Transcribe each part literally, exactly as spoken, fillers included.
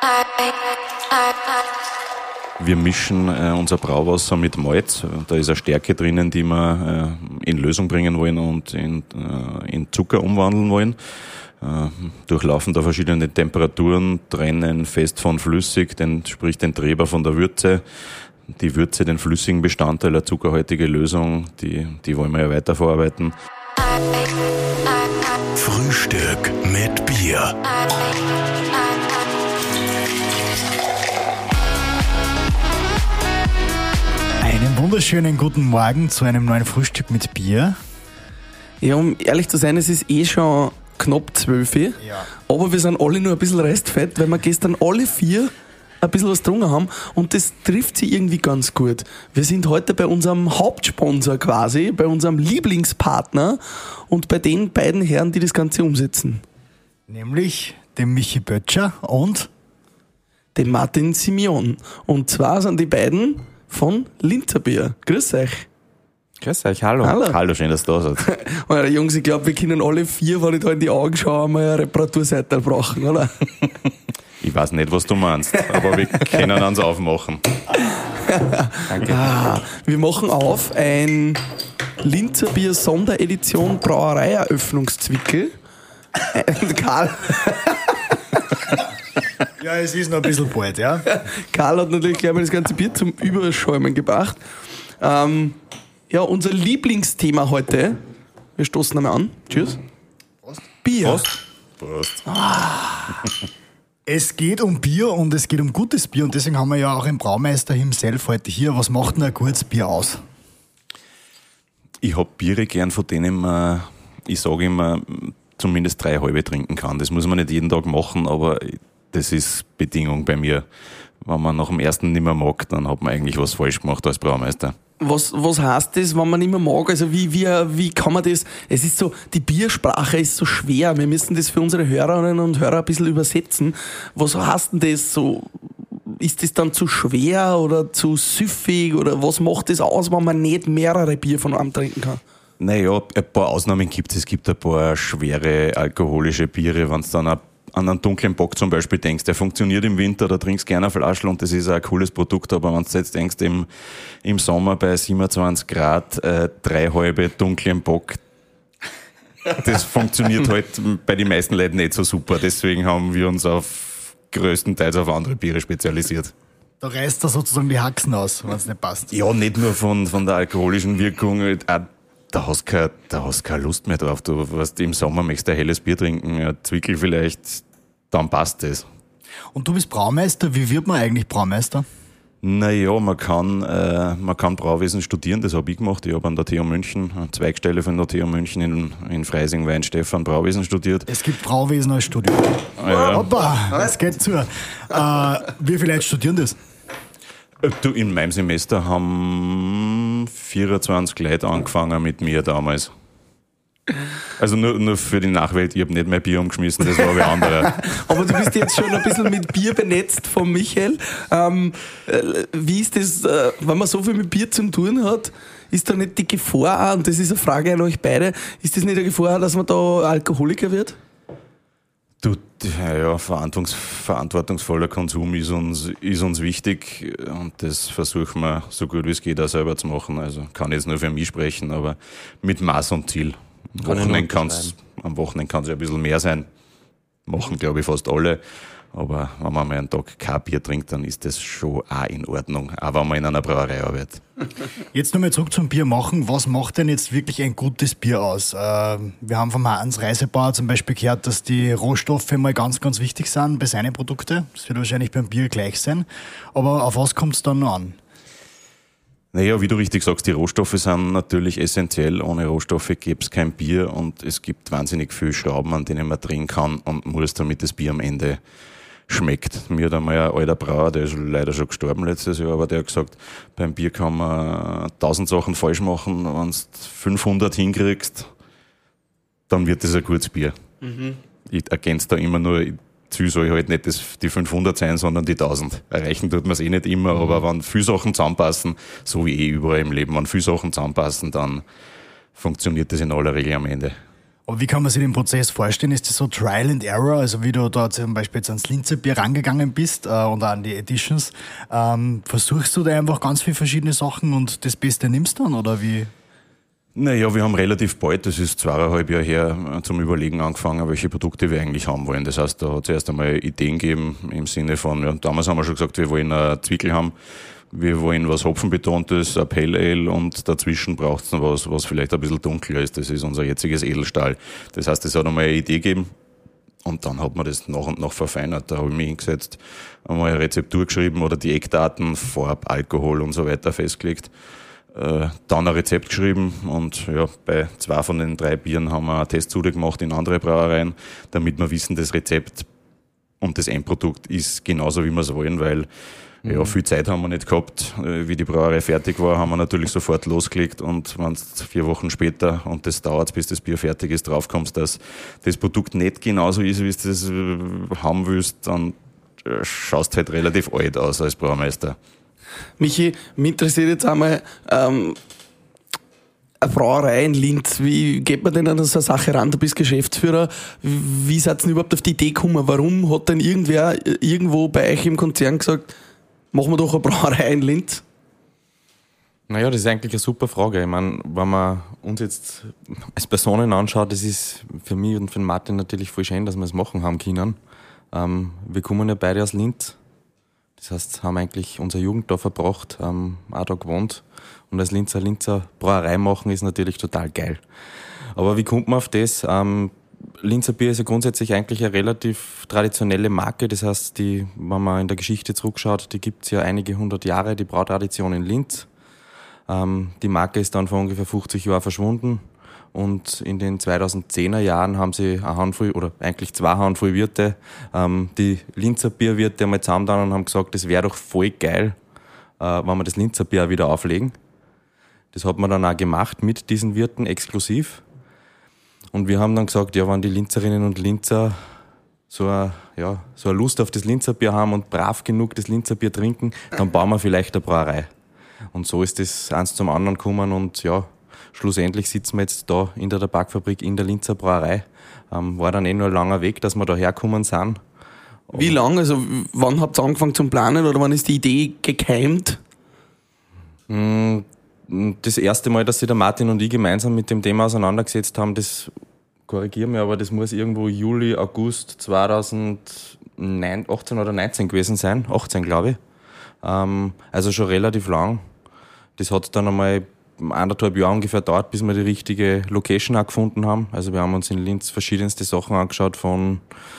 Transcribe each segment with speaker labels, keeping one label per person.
Speaker 1: Wir mischen äh, unser Brauwasser mit Malz. Da ist eine Stärke drinnen, die wir äh, in Lösung bringen wollen und in, äh, in Zucker umwandeln wollen. Äh, durchlaufen da verschiedene Temperaturen, trennen fest von flüssig, den, sprich den Treber von der Würze. Die Würze, den flüssigen Bestandteil, eine zuckerhaltige Lösung, die, die wollen wir ja weiterverarbeiten.
Speaker 2: Frühstück mit Bier.
Speaker 3: Einen wunderschönen guten Morgen zu einem neuen Frühstück mit Bier.
Speaker 4: Ja, um ehrlich zu sein, es ist eh schon knapp zwölf. Ja. Aber wir sind alle nur ein bisschen restfett, weil wir gestern alle vier ein bisschen was getrunken haben und das trifft sie irgendwie ganz gut. Wir sind heute bei unserem Hauptsponsor quasi, bei unserem Lieblingspartner und bei den beiden Herren, die das Ganze umsetzen.
Speaker 3: Nämlich dem Michi Böttcher und
Speaker 4: dem Martin Simeon. Und zwar sind die beiden von Linzer Bier. Grüß euch.
Speaker 1: Grüß euch, hallo. Hallo, hallo, schön, dass du da seid.
Speaker 4: Meine Jungs, ich glaube, wir können alle vier, wenn ich da in die Augen schaue, einmal eine Reparaturseite brauchen, oder?
Speaker 1: Ich weiß nicht, was du meinst, aber wir können uns aufmachen. Danke.
Speaker 4: Ah, wir machen auf ein Linzer Bier Sonderedition Brauereieröffnungszwickel. Karl.
Speaker 3: Ja, es ist noch ein bisschen bald, ja.
Speaker 4: Karl hat natürlich gleich mal das ganze Bier zum Überschäumen gebracht. Ähm, ja, unser Lieblingsthema heute. Wir stoßen einmal an. Cheers.
Speaker 3: Prost.
Speaker 4: Bier.
Speaker 1: Prost. Prost.
Speaker 3: Ah. Es geht um Bier und es geht um gutes Bier und deswegen haben wir ja auch einen Braumeister himself heute hier. Was macht denn ein gutes Bier aus?
Speaker 1: Ich hab Biere gern, von denen man, ich sage immer, zumindest drei halbe trinken kann. Das muss man nicht jeden Tag machen, aber das ist Bedingung bei mir. Wenn man nach dem ersten nicht mehr mag, dann hat man eigentlich was falsch gemacht als Braumeister.
Speaker 4: Was, was heißt das, wenn man nicht mehr mag? Also wie, wie, wie kann man das? Es ist so, die Biersprache ist so schwer. Wir müssen das für unsere Hörerinnen und Hörer ein bisschen übersetzen. Was heißt denn das so? Ist das dann zu schwer oder zu süffig oder was macht das aus, wenn man nicht mehrere Bier von einem trinken kann?
Speaker 1: Naja, ein paar Ausnahmen gibt es. Es gibt ein paar schwere alkoholische Biere, wenn es dann ein an einen dunklen Bock zum Beispiel denkst, der funktioniert im Winter, da trinkst gerne eine Flasche und das ist ein cooles Produkt, aber wenn du jetzt denkst, im, im Sommer bei siebenundzwanzig Grad, äh, drei halbe dunklen Bock, das funktioniert halt bei den meisten Leuten nicht so super, deswegen haben wir uns auf größtenteils auf andere Biere spezialisiert.
Speaker 3: Da reißt er sozusagen die Haxen aus, wenn es nicht passt.
Speaker 1: Ja, nicht nur von, von der alkoholischen Wirkung, auch Da hast du keine, keine Lust mehr drauf. Du weißt, im Sommer möchtest du ein helles Bier trinken, ein Zwickel vielleicht, dann passt das.
Speaker 3: Und du bist Braumeister. Wie wird man eigentlich Braumeister?
Speaker 1: Naja, man kann, äh, man kann Brauwesen studieren, das habe ich gemacht. Ich habe an der T U München, eine Zweigstelle von der T U München in, in Freising, Weinstefan, Brauwesen studiert.
Speaker 3: Es gibt Brauwesen als Studium.
Speaker 1: Ja.
Speaker 3: Hoppa, es geht zu. Äh, wie viele Leute studieren das?
Speaker 1: Du, in meinem Semester haben vierundzwanzig Leute angefangen mit mir damals. Also nur, nur für die Nachwelt, ich habe nicht mein Bier umgeschmissen, das war wie andere.
Speaker 4: Aber du bist jetzt schon ein bisschen mit Bier benetzt von Michael. Ähm, äh, wie ist das, äh, wenn man so viel mit Bier zu tun hat, ist da nicht die Gefahr auch, und das ist eine Frage an euch beide, ist das nicht eine Gefahr, dass man da Alkoholiker wird?
Speaker 1: Du, ja, verantwortungs- verantwortungsvoller Konsum ist uns, ist uns wichtig und das versuchen wir so gut wie es geht auch selber zu machen. Also kann jetzt nur für mich sprechen, aber mit Maß und Ziel. Am Wochenende kann's, am Wochenende kann es ja ein bisschen mehr sein. Machen, glaube ich, fast alle. Aber wenn man mal einen Tag kein Bier trinkt, dann ist das schon auch in Ordnung. Auch wenn man in einer Brauerei arbeitet.
Speaker 3: Jetzt nochmal zurück zum Bier machen. Was macht denn jetzt wirklich ein gutes Bier aus? Äh, wir haben vom Hans Reisebauer zum Beispiel gehört, dass die Rohstoffe mal ganz, ganz wichtig sind bei seinen Produkten. Das wird wahrscheinlich beim Bier gleich sein. Aber auf was kommt es dann noch an?
Speaker 1: Naja, wie du richtig sagst, die Rohstoffe sind natürlich essentiell. Ohne Rohstoffe gäbe es kein Bier und es gibt wahnsinnig viele Schrauben, an denen man drehen kann und muss, damit das Bier am Ende schmeckt. Mir hat einmal ein alter Brauer, der ist leider schon gestorben letztes Jahr, aber der hat gesagt, beim Bier kann man tausend Sachen falsch machen, wenn du fünfhundert hinkriegst, dann wird das ein gutes Bier. Mhm. Ich ergänze da immer nur, Ziel soll halt nicht das, die fünfhundert sein, sondern die tausend. Erreichen tut man es eh nicht immer, mhm. aber wenn viele Sachen zusammenpassen, so wie eh überall im Leben, wenn viele Sachen zusammenpassen, dann funktioniert das in aller Regel am Ende.
Speaker 3: Aber wie kann man sich den Prozess vorstellen? Ist das so Trial and Error? Also wie du da zum Beispiel jetzt ans Linzer Bier rangegangen bist äh, und auch an die Editions, ähm, versuchst du da einfach ganz viele verschiedene Sachen und das Beste nimmst dann, oder wie?
Speaker 1: Naja, wir haben relativ bald, das ist zweieinhalb Jahre her, zum Überlegen angefangen, welche Produkte wir eigentlich haben wollen. Das heißt, da hat es erst einmal Ideen gegeben im Sinne von, ja, damals haben wir schon gesagt, wir wollen eine Zwickel haben, wir wollen was Hopfenbetontes, ein Pale Ale und dazwischen braucht es noch was, was vielleicht ein bisschen dunkler ist. Das ist unser jetziges Edelstahl. Das heißt, es hat einmal eine Idee gegeben und dann hat man das nach und nach verfeinert. Da habe ich mich hingesetzt, einmal eine Rezeptur geschrieben oder die Eckdaten, Farb, Alkohol und so weiter festgelegt. Äh, dann ein Rezept geschrieben und ja, bei zwei von den drei Bieren haben wir eine Testsude gemacht in andere Brauereien, damit wir wissen, das Rezept und das Endprodukt ist genauso, wie wir es wollen, weil mhm. ja, viel Zeit haben wir nicht gehabt. Wie die Brauerei fertig war, haben wir natürlich sofort losgelegt und wenn du vier Wochen später, und das dauert, bis das Bier fertig ist, draufkommst, dass das Produkt nicht genauso ist, wie du das haben willst, dann schaust du halt relativ alt aus als Braumeister.
Speaker 4: Michi, mich interessiert jetzt einmal ähm, eine Brauerei in Linz. Wie geht man denn an so eine Sache ran? Du bist Geschäftsführer. Wie seid ihr denn überhaupt auf die Idee gekommen? Warum hat denn irgendwer irgendwo bei euch im Konzern gesagt, machen wir doch eine Brauerei in Linz?
Speaker 5: Naja, das ist eigentlich eine super Frage. Ich meine, wenn man uns jetzt als Personen anschaut, das ist für mich und für den Martin natürlich voll schön, dass wir es machen haben können. Ähm, wir kommen ja beide aus Linz. Das heißt, haben eigentlich unsere Jugend da verbracht, ähm, auch da gewohnt. Und als Linzer Linzer Brauerei machen ist natürlich total geil. Aber wie kommt man auf das? Ähm, Linzer Bier ist ja grundsätzlich eigentlich eine relativ traditionelle Marke. Das heißt, die, wenn man in der Geschichte zurückschaut, die gibt's ja einige hundert Jahre, die Brautradition in Linz. Ähm, die Marke ist dann vor ungefähr fünfzig Jahren verschwunden. Und in den zweitausendzehner Jahren haben sie eine Handvoll, oder eigentlich zwei Handvoll Wirte, ähm, die Linzer Bierwirte einmal zusammengetan und haben gesagt, das wäre doch voll geil, äh, wenn wir das Linzer Bier wieder auflegen. Das hat man dann auch gemacht mit diesen Wirten exklusiv. Und wir haben dann gesagt, ja, wenn die Linzerinnen und Linzer so eine, ja, so eine Lust auf das Linzer Bier haben und brav genug das Linzer Bier trinken, dann bauen wir vielleicht eine Brauerei. Und so ist das eins zum anderen gekommen und ja, schlussendlich sitzen wir jetzt da in der Tabakfabrik in der Linzer Brauerei. Ähm, war dann eh nur ein langer Weg, dass wir da hergekommen sind.
Speaker 4: Wie lange? Also wann habt ihr angefangen zum Planen oder wann ist die Idee gekeimt?
Speaker 5: Das erste Mal, dass sich der Martin und ich gemeinsam mit dem Thema auseinandergesetzt haben, das korrigiere mich, aber das muss irgendwo Juli, August zweitausendachtzehn oder neunzehn gewesen sein. achtzehn, glaube ich. Ähm, also schon relativ lang. Das hat dann einmal anderthalb Jahre ungefähr dauert, bis wir die richtige Location auch gefunden haben. Also wir haben uns in Linz verschiedenste Sachen angeschaut, von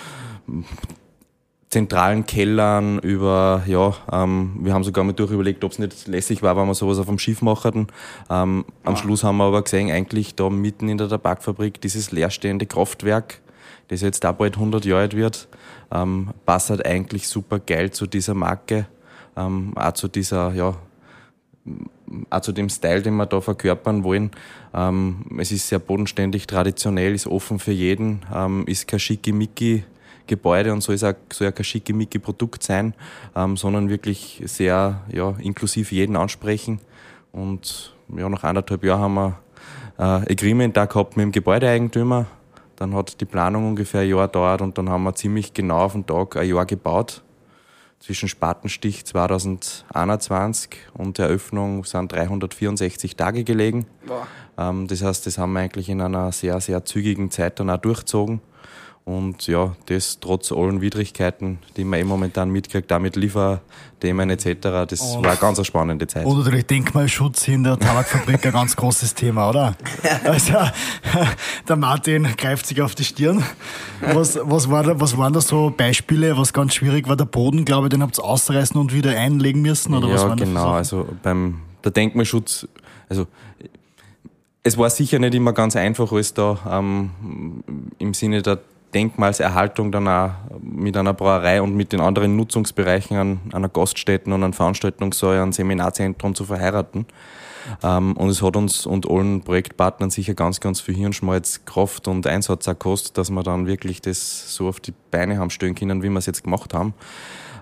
Speaker 5: zentralen Kellern über, ja, ähm, wir haben sogar mal durchüberlegt, ob es nicht lässig war, wenn wir sowas auf dem Schiff machen. Ähm, am ah. Schluss haben wir aber gesehen, eigentlich da mitten in der Tabakfabrik, dieses leerstehende Kraftwerk, das jetzt auch bald hundert Jahre alt wird, ähm, passt halt eigentlich super geil zu dieser Marke, ähm, auch zu dieser, ja, auch zu dem Style, den wir da verkörpern wollen. Ähm, es ist sehr bodenständig, traditionell, ist offen für jeden, ähm, ist kein Schickimicki-Gebäude und soll auch, soll auch kein Schickimicki-Produkt sein, ähm, sondern wirklich sehr ja, inklusiv jeden ansprechen. Und ja, nach anderthalb Jahren haben wir äh, Agreement da gehabt mit dem Gebäudeeigentümer. Dann hat die Planung ungefähr ein Jahr gedauert und dann haben wir ziemlich genau auf den Tag ein Jahr gebaut. Zwischen Spatenstich zweitausendeinundzwanzig und Eröffnung sind dreihundertvierundsechzig Tage gelegen. Ähm, das heißt, das haben wir eigentlich in einer sehr, sehr zügigen Zeit dann auch durchgezogen. Und ja, das trotz allen Widrigkeiten, die man eh momentan mitkriegt, auch mit Lieferthemen et cetera. Das und war eine ganz spannende Zeit.
Speaker 3: Und natürlich Denkmalschutz in der Tabakfabrik ein ganz großes Thema, oder? Also der Martin greift sich auf die Stirn. Was, was, war da, was waren da so Beispiele, was ganz schwierig war? Der Boden, glaube ich, den habt ihr ausreißen und wieder einlegen müssen? Oder
Speaker 5: ja,
Speaker 3: was waren
Speaker 5: genau. Also beim der Denkmalschutz, also es war sicher nicht immer ganz einfach, alles da ähm, im Sinne der Denkmalserhaltung dann auch mit einer Brauerei und mit den anderen Nutzungsbereichen an einer Gaststätten und einem Veranstaltungssaal, einem Seminarzentrum zu verheiraten. Ähm, und es hat uns und allen Projektpartnern sicher ganz, ganz viel Hirnschmalz, Kraft und Einsatz auch gekostet, dass wir dann wirklich das so auf die Beine haben stellen können, wie wir es jetzt gemacht haben.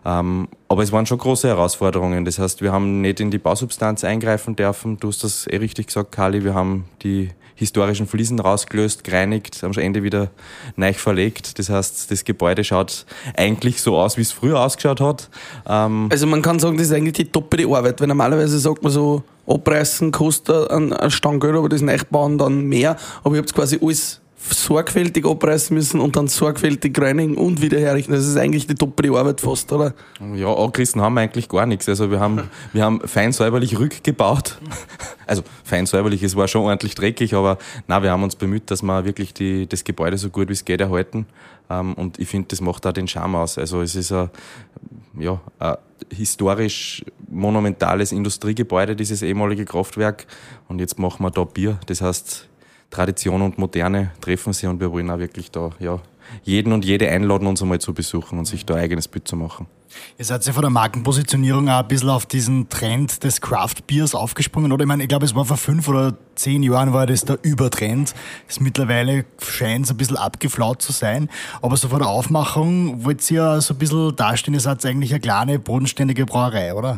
Speaker 5: Ähm, aber es waren schon große Herausforderungen. Das heißt, wir haben nicht in die Bausubstanz eingreifen dürfen. Du hast das eh richtig gesagt, Kali. Wir haben die historischen Fliesen rausgelöst, gereinigt, am Ende wieder neu verlegt. Das heißt, das Gebäude schaut eigentlich so aus, wie es früher ausgeschaut hat. Ähm
Speaker 4: also man kann sagen, das ist eigentlich die doppelte Arbeit, weil normalerweise sagt man so, abreißen kostet ein, ein Stanggeld, aber das Nachbauen dann mehr. Aber ihr habt quasi alles sorgfältig abreißen müssen und dann sorgfältig reinigen und wieder herrichten. Das ist eigentlich die doppelte Arbeit fast, oder?
Speaker 5: Ja, angerissen haben wir eigentlich gar nichts. Also wir haben, wir haben fein säuberlich rückgebaut. Also fein säuberlich, es war schon ordentlich dreckig, aber nein, wir haben uns bemüht, dass wir wirklich die, das Gebäude so gut wie es geht erhalten. Und ich finde, das macht auch den Charme aus. Also es ist ein, ja, ein historisch monumentales Industriegebäude, dieses ehemalige Kraftwerk. Und jetzt machen wir da Bier. Das heißt, Tradition und Moderne treffen sich und wir wollen auch wirklich da ja, jeden und jede einladen, uns einmal zu besuchen und sich da ein eigenes Bild zu machen.
Speaker 3: Ihr seid ja von der Markenpositionierung auch ein bisschen auf diesen Trend des Craft-Biers aufgesprungen, oder? Ich meine, ich glaube, es war vor fünf oder zehn Jahren war das der Übertrend. Das mittlerweile scheint es ein bisschen abgeflaut zu sein. Aber so vor der Aufmachung wollt ihr ja so ein bisschen dastehen, ihr seid eigentlich eine kleine, bodenständige Brauerei, oder?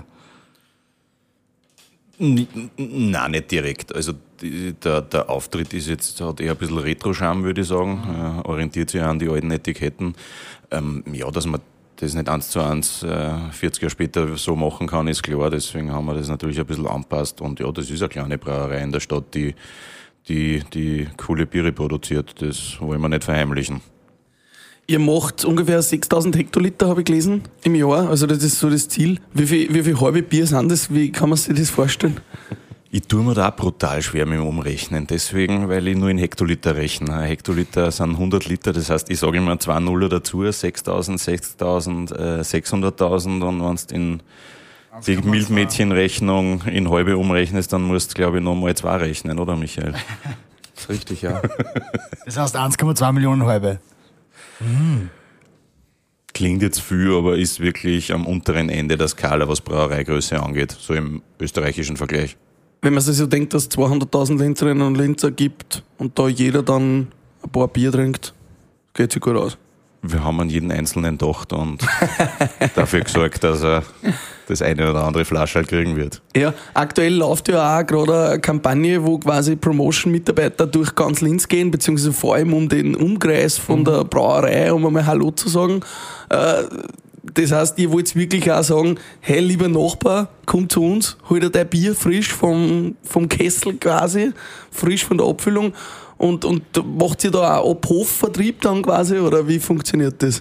Speaker 1: Nein, nicht direkt. Also die, der, der Auftritt ist jetzt, hat eher ein bisschen Retro-Charme, würde ich sagen. Mhm. Äh, orientiert sich an die alten Etiketten. Ähm, ja, dass man das nicht eins zu eins äh, vierzig Jahre später so machen kann, ist klar. Deswegen haben wir das natürlich ein bisschen anpasst. Und ja, das ist eine kleine Brauerei in der Stadt, die, die, die coole Biere produziert. Das wollen wir nicht verheimlichen.
Speaker 4: Ihr macht ungefähr sechstausend Hektoliter, habe ich gelesen, im Jahr. Also das ist so das Ziel. Wie viel, wie viel halbe Bier sind das? Wie kann man sich das vorstellen?
Speaker 1: Ich tue mir da auch brutal schwer mit dem Umrechnen. Deswegen, weil ich nur in Hektoliter rechne. Ein Hektoliter sind hundert Liter. Das heißt, ich sage immer zwei Nuller dazu, sechstausend, sechstausend, äh, sechshunderttausend. Und wenn du in die Milchmädchenrechnung in halbe umrechnest, dann musst du, glaube ich, nochmal zwei rechnen, oder Michael?
Speaker 5: Das ist richtig, ja.
Speaker 3: Das heißt eins Komma zwei Millionen halbe.
Speaker 1: Mm. Klingt jetzt viel, aber ist wirklich am unteren Ende der Skala, was Brauereigröße angeht, so im österreichischen Vergleich.
Speaker 4: Wenn man sich so denkt, dass es zweihunderttausend Linzerinnen und Linzer gibt und da jeder dann ein paar Bier trinkt, geht sich gut aus.
Speaker 1: Wir haben an jeden Einzelnen gedacht und dafür gesorgt, dass er das eine oder andere Flasche halt kriegen wird.
Speaker 4: Ja, aktuell läuft ja auch gerade eine Kampagne, wo quasi Promotion-Mitarbeiter durch ganz Linz gehen, beziehungsweise vor allem um den Umkreis von mhm. der Brauerei, um einmal Hallo zu sagen. Das heißt, ihr wollt wirklich auch sagen, hey, lieber Nachbar, komm zu uns, hol dir dein Bier frisch vom, vom Kessel quasi, frisch von der Abfüllung. Und, und macht ihr da auch Ab-Hof-Vertrieb dann quasi, oder wie funktioniert das?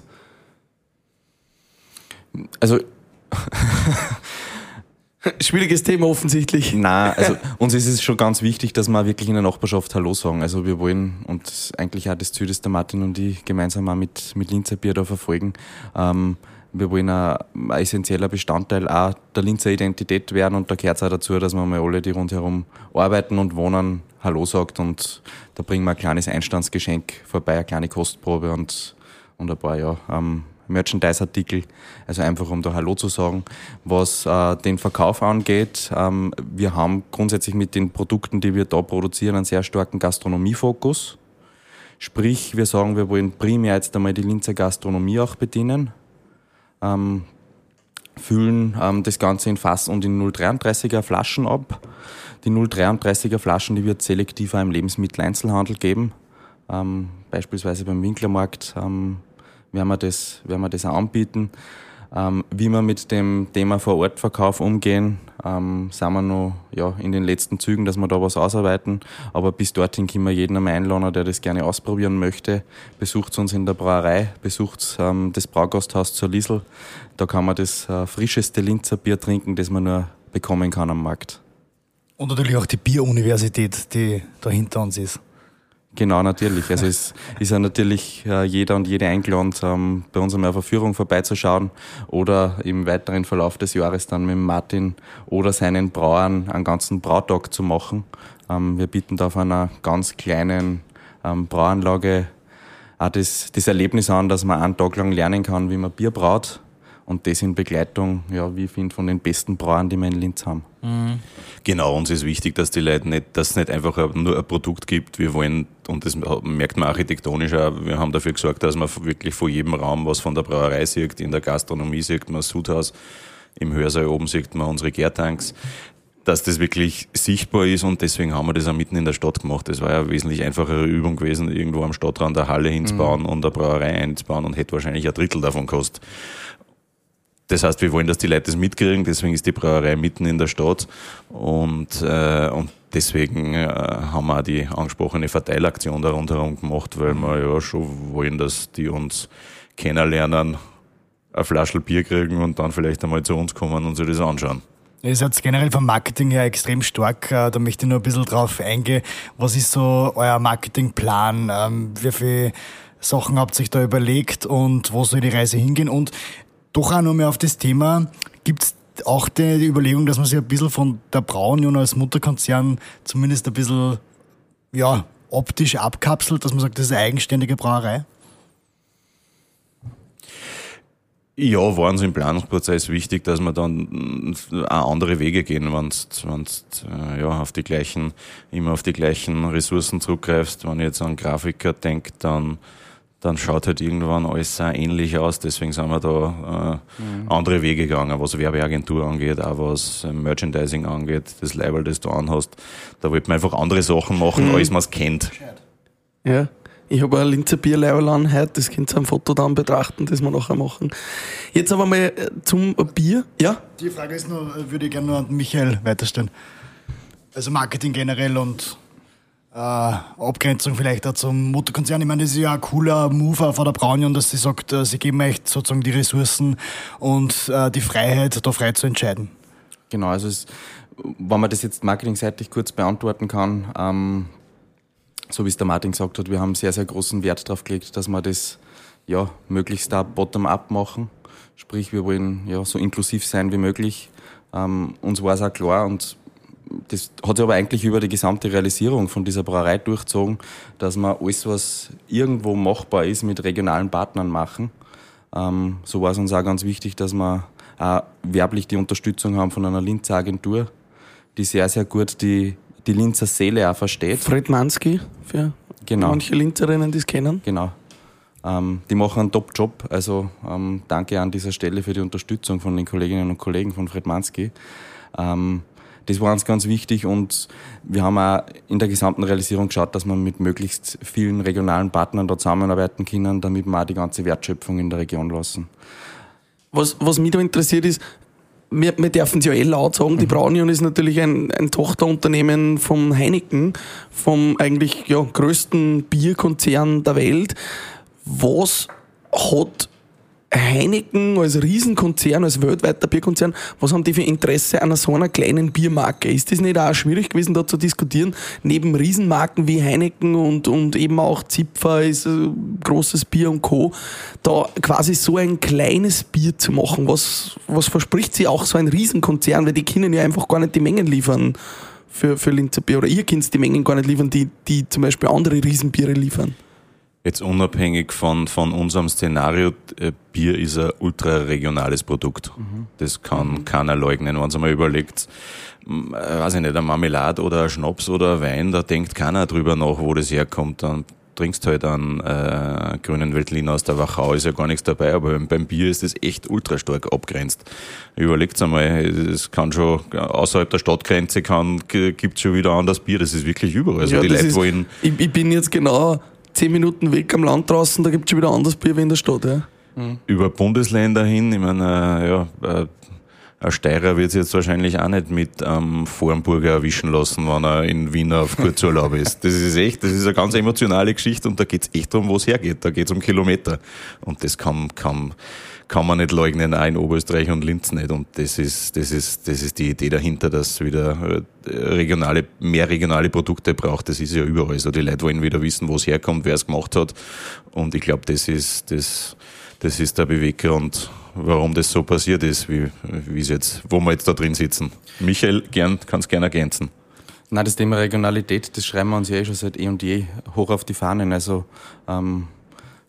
Speaker 5: Also
Speaker 4: schwieriges Thema offensichtlich.
Speaker 5: Nein, also uns ist es schon ganz wichtig, dass wir wirklich in der Nachbarschaft Hallo sagen. Also wir wollen, und das ist eigentlich auch das Ziel, das der Martin und ich gemeinsam auch mit, mit Linzer Bier da verfolgen, ähm, wir wollen ein, ein essentieller Bestandteil auch der Linzer Identität werden, und da gehört es auch dazu, dass wir mal alle, die rundherum arbeiten und wohnen, Hallo sagt, und da bringen wir ein kleines Einstandsgeschenk vorbei, eine kleine Kostprobe und, und ein paar ja, ähm, Merchandise-Artikel, also einfach um da Hallo zu sagen. Was äh, den Verkauf angeht, ähm, wir haben grundsätzlich mit den Produkten, die wir da produzieren, einen sehr starken Gastronomiefokus. Sprich, wir sagen, wir wollen primär jetzt einmal die Linzer Gastronomie auch bedienen. Ähm, füllen ähm, das Ganze in Fass und in null Komma dreiunddreißiger Flaschen ab. Die null Komma dreiunddreißiger Flaschen, die wird selektiv auch im Lebensmitteleinzelhandel geben. Ähm, beispielsweise beim Winklermarkt ähm, werden wir das, werden wir das auch anbieten. Ähm, wie wir mit dem Thema Vor-Ort-Verkauf umgehen, ähm, sind wir noch ja, in den letzten Zügen, dass wir da was ausarbeiten. Aber bis dorthin können wir jeden einmal einladen, der das gerne ausprobieren möchte. Besucht uns in der Brauerei, besucht ähm, das Braugasthaus zur Liesl. Da kann man das äh, frischeste Linzer Bier trinken, das man nur bekommen kann am Markt.
Speaker 3: Und natürlich auch die Bieruniversität, die da hinter uns ist.
Speaker 5: Genau, natürlich. Also es ist ja natürlich äh, jeder und jede eingeladen, ähm, bei uns einmal auf eine Führung vorbeizuschauen oder im weiteren Verlauf des Jahres dann mit Martin oder seinen Brauern einen ganzen Brautag zu machen. Ähm, wir bieten da auf einer ganz kleinen ähm, Brauanlage auch das, das Erlebnis an, dass man einen Tag lang lernen kann, wie man Bier braut und das in Begleitung, ja, wie ich finde, von den besten Brauern, die wir in Linz haben.
Speaker 1: Mhm. Genau, uns ist wichtig, dass die Leute nicht, dass es nicht einfach nur ein Produkt gibt. Wir wollen, und das merkt man architektonisch auch, wir haben dafür gesorgt, dass man wirklich vor jedem Raum was von der Brauerei sieht. In der Gastronomie sieht man das Sudhaus, im Hörsaal oben sieht man unsere Gärtanks, dass das wirklich sichtbar ist, und deswegen haben wir das auch mitten in der Stadt gemacht. Das war ja eine wesentlich einfachere Übung gewesen, irgendwo am Stadtrand eine Halle hinzubauen mhm. und eine Brauerei einzubauen, und hätte wahrscheinlich ein Drittel davon gekostet. Das heißt, wir wollen, dass die Leute das mitkriegen, deswegen ist die Brauerei mitten in der Stadt, und, äh, und deswegen äh, haben wir auch die angesprochene Verteilaktion da rundherum gemacht, weil wir ja schon wollen, dass die uns kennenlernen, eine Flasche Bier kriegen und dann vielleicht einmal zu uns kommen und sich das anschauen.
Speaker 3: Ihr seid generell vom Marketing her extrem stark, da möchte ich nur ein bisschen drauf eingehen. Was ist so euer Marketingplan? Wie viele Sachen habt ihr euch da überlegt und wo soll die Reise hingehen? Und doch auch noch mehr auf das Thema, gibt es auch die, die Überlegung, dass man sich ein bisschen von der Braunion als Mutterkonzern zumindest ein bisschen ja, optisch abkapselt, dass man sagt, das ist eine eigenständige Brauerei?
Speaker 1: Ja, war uns im Planungsprozess wichtig, dass wir dann auch andere Wege gehen, wenn du ja, auf die gleichen, immer auf die gleichen Ressourcen zurückgreifst. Wenn ich jetzt an Grafiker denke, dann dann schaut halt irgendwann alles auch ähnlich aus. Deswegen sind wir da äh, mhm. andere Wege gegangen, was Werbeagentur angeht, auch was Merchandising angeht, das Label, das du anhast. Da wollten wir einfach andere Sachen machen, mhm. als man es kennt.
Speaker 4: Ja, ich habe ein Linzer Bierleiberl an heute, das könnt ihr am Foto dann betrachten, das wir nachher machen. Jetzt aber mal zum Bier. Ja?
Speaker 3: Die Frage ist nur, würde ich gerne nur an Michael weiterstellen. Also Marketing generell und Äh, Abgrenzung vielleicht auch zum Mutterkonzern. Ich meine, das ist ja ein cooler Move von der Braunion, dass sie sagt, äh, sie geben echt sozusagen die Ressourcen und äh, die Freiheit, da frei zu entscheiden.
Speaker 5: Genau, also es, wenn man das jetzt marketingseitig kurz beantworten kann, ähm, so wie es der Martin gesagt hat, wir haben sehr, sehr großen Wert darauf gelegt, dass wir das ja, möglichst da bottom-up machen. Sprich, wir wollen ja so inklusiv sein wie möglich. Ähm, uns war es auch klar, und das hat sich aber eigentlich über die gesamte Realisierung von dieser Brauerei durchgezogen, dass wir alles, was irgendwo machbar ist, mit regionalen Partnern machen. Ähm, so war es uns auch ganz wichtig, dass wir auch werblich die Unterstützung haben von einer Linzer Agentur, die sehr, sehr gut die, die Linzer Seele auch versteht.
Speaker 4: Fredmanski, für genau. manche Linzerinnen, die es kennen.
Speaker 5: Genau. Ähm, die machen einen Top-Job, also ähm, danke an dieser Stelle für die Unterstützung von den Kolleginnen und Kollegen von Fredmanski. Ähm, Das war uns ganz wichtig, und wir haben auch in der gesamten Realisierung geschaut, dass wir mit möglichst vielen regionalen Partnern da zusammenarbeiten können, damit wir auch die ganze Wertschöpfung in der Region lassen.
Speaker 4: Was, was mich da interessiert ist, wir, wir dürfen es ja eh laut sagen, die Braunion ist natürlich ein, ein Tochterunternehmen vom Heineken, vom eigentlich ja, größten Bierkonzern der Welt. Was hat Heineken als Riesenkonzern, als weltweiter Bierkonzern, was haben die für Interesse an so einer kleinen Biermarke? Ist das nicht auch schwierig gewesen, da zu diskutieren? Neben Riesenmarken wie Heineken und, und eben auch Zipfer ist ein großes Bier und Co., da quasi so ein kleines Bier zu machen. Was, was verspricht sie auch so ein Riesenkonzern? Weil die können ja einfach gar nicht die Mengen liefern für, für Linzer Bier. Oder ihr könnt die Mengen gar nicht liefern, die, die zum Beispiel andere Riesenbiere liefern.
Speaker 1: Jetzt unabhängig von, von unserem Szenario, Bier ist ein ultra-regionales Produkt. Mhm. Das kann mhm. keiner leugnen. Wenn man sich mal überlegt, weiß ich nicht, ein Marmelade oder ein Schnaps oder ein Wein, da denkt keiner drüber nach, wo das herkommt. Dann trinkst halt einen äh, grünen Veltliner aus der Wachau, ist ja gar nichts dabei, aber beim Bier ist das echt ultra stark abgrenzt. Überlegt's einmal, es kann schon, außerhalb der Stadtgrenze kann, gibt's schon wieder anderes Bier, das ist wirklich überall. Also
Speaker 4: ja,
Speaker 1: die Leute
Speaker 4: ist,
Speaker 1: wollen.
Speaker 4: Ich, ich bin jetzt genau zehn Minuten weg am Land draußen, da gibt es schon wieder anderes Bier wie in der Stadt. Ja.
Speaker 1: Mhm. Über Bundesländer hin, ich meine, äh, ja, äh, ein Steirer wird es jetzt wahrscheinlich auch nicht mit einem ähm, Vornburger erwischen lassen, wenn er in Wien auf Kurzurlaub ist. Das ist echt, das ist eine ganz emotionale Geschichte, und da geht es echt darum, wo es hergeht. Da geht es um Kilometer. Und das kann, kann, kann man nicht leugnen, auch in Oberösterreich und Linz nicht. Und das ist, das ist, das ist die Idee dahinter, dass es wieder regionale, mehr regionale Produkte braucht. Das ist ja überall so. Die Leute wollen wieder wissen, wo es herkommt, wer es gemacht hat. Und ich glaube, das ist, das, das ist der Beweggrund, warum das so passiert ist, wie, wie es jetzt, wo wir jetzt da drin sitzen. Michael, gern, kannst gerne ergänzen.
Speaker 5: Nein, das Thema Regionalität, das schreiben wir uns ja eh schon seit eh und je hoch auf die Fahnen. Also, ähm,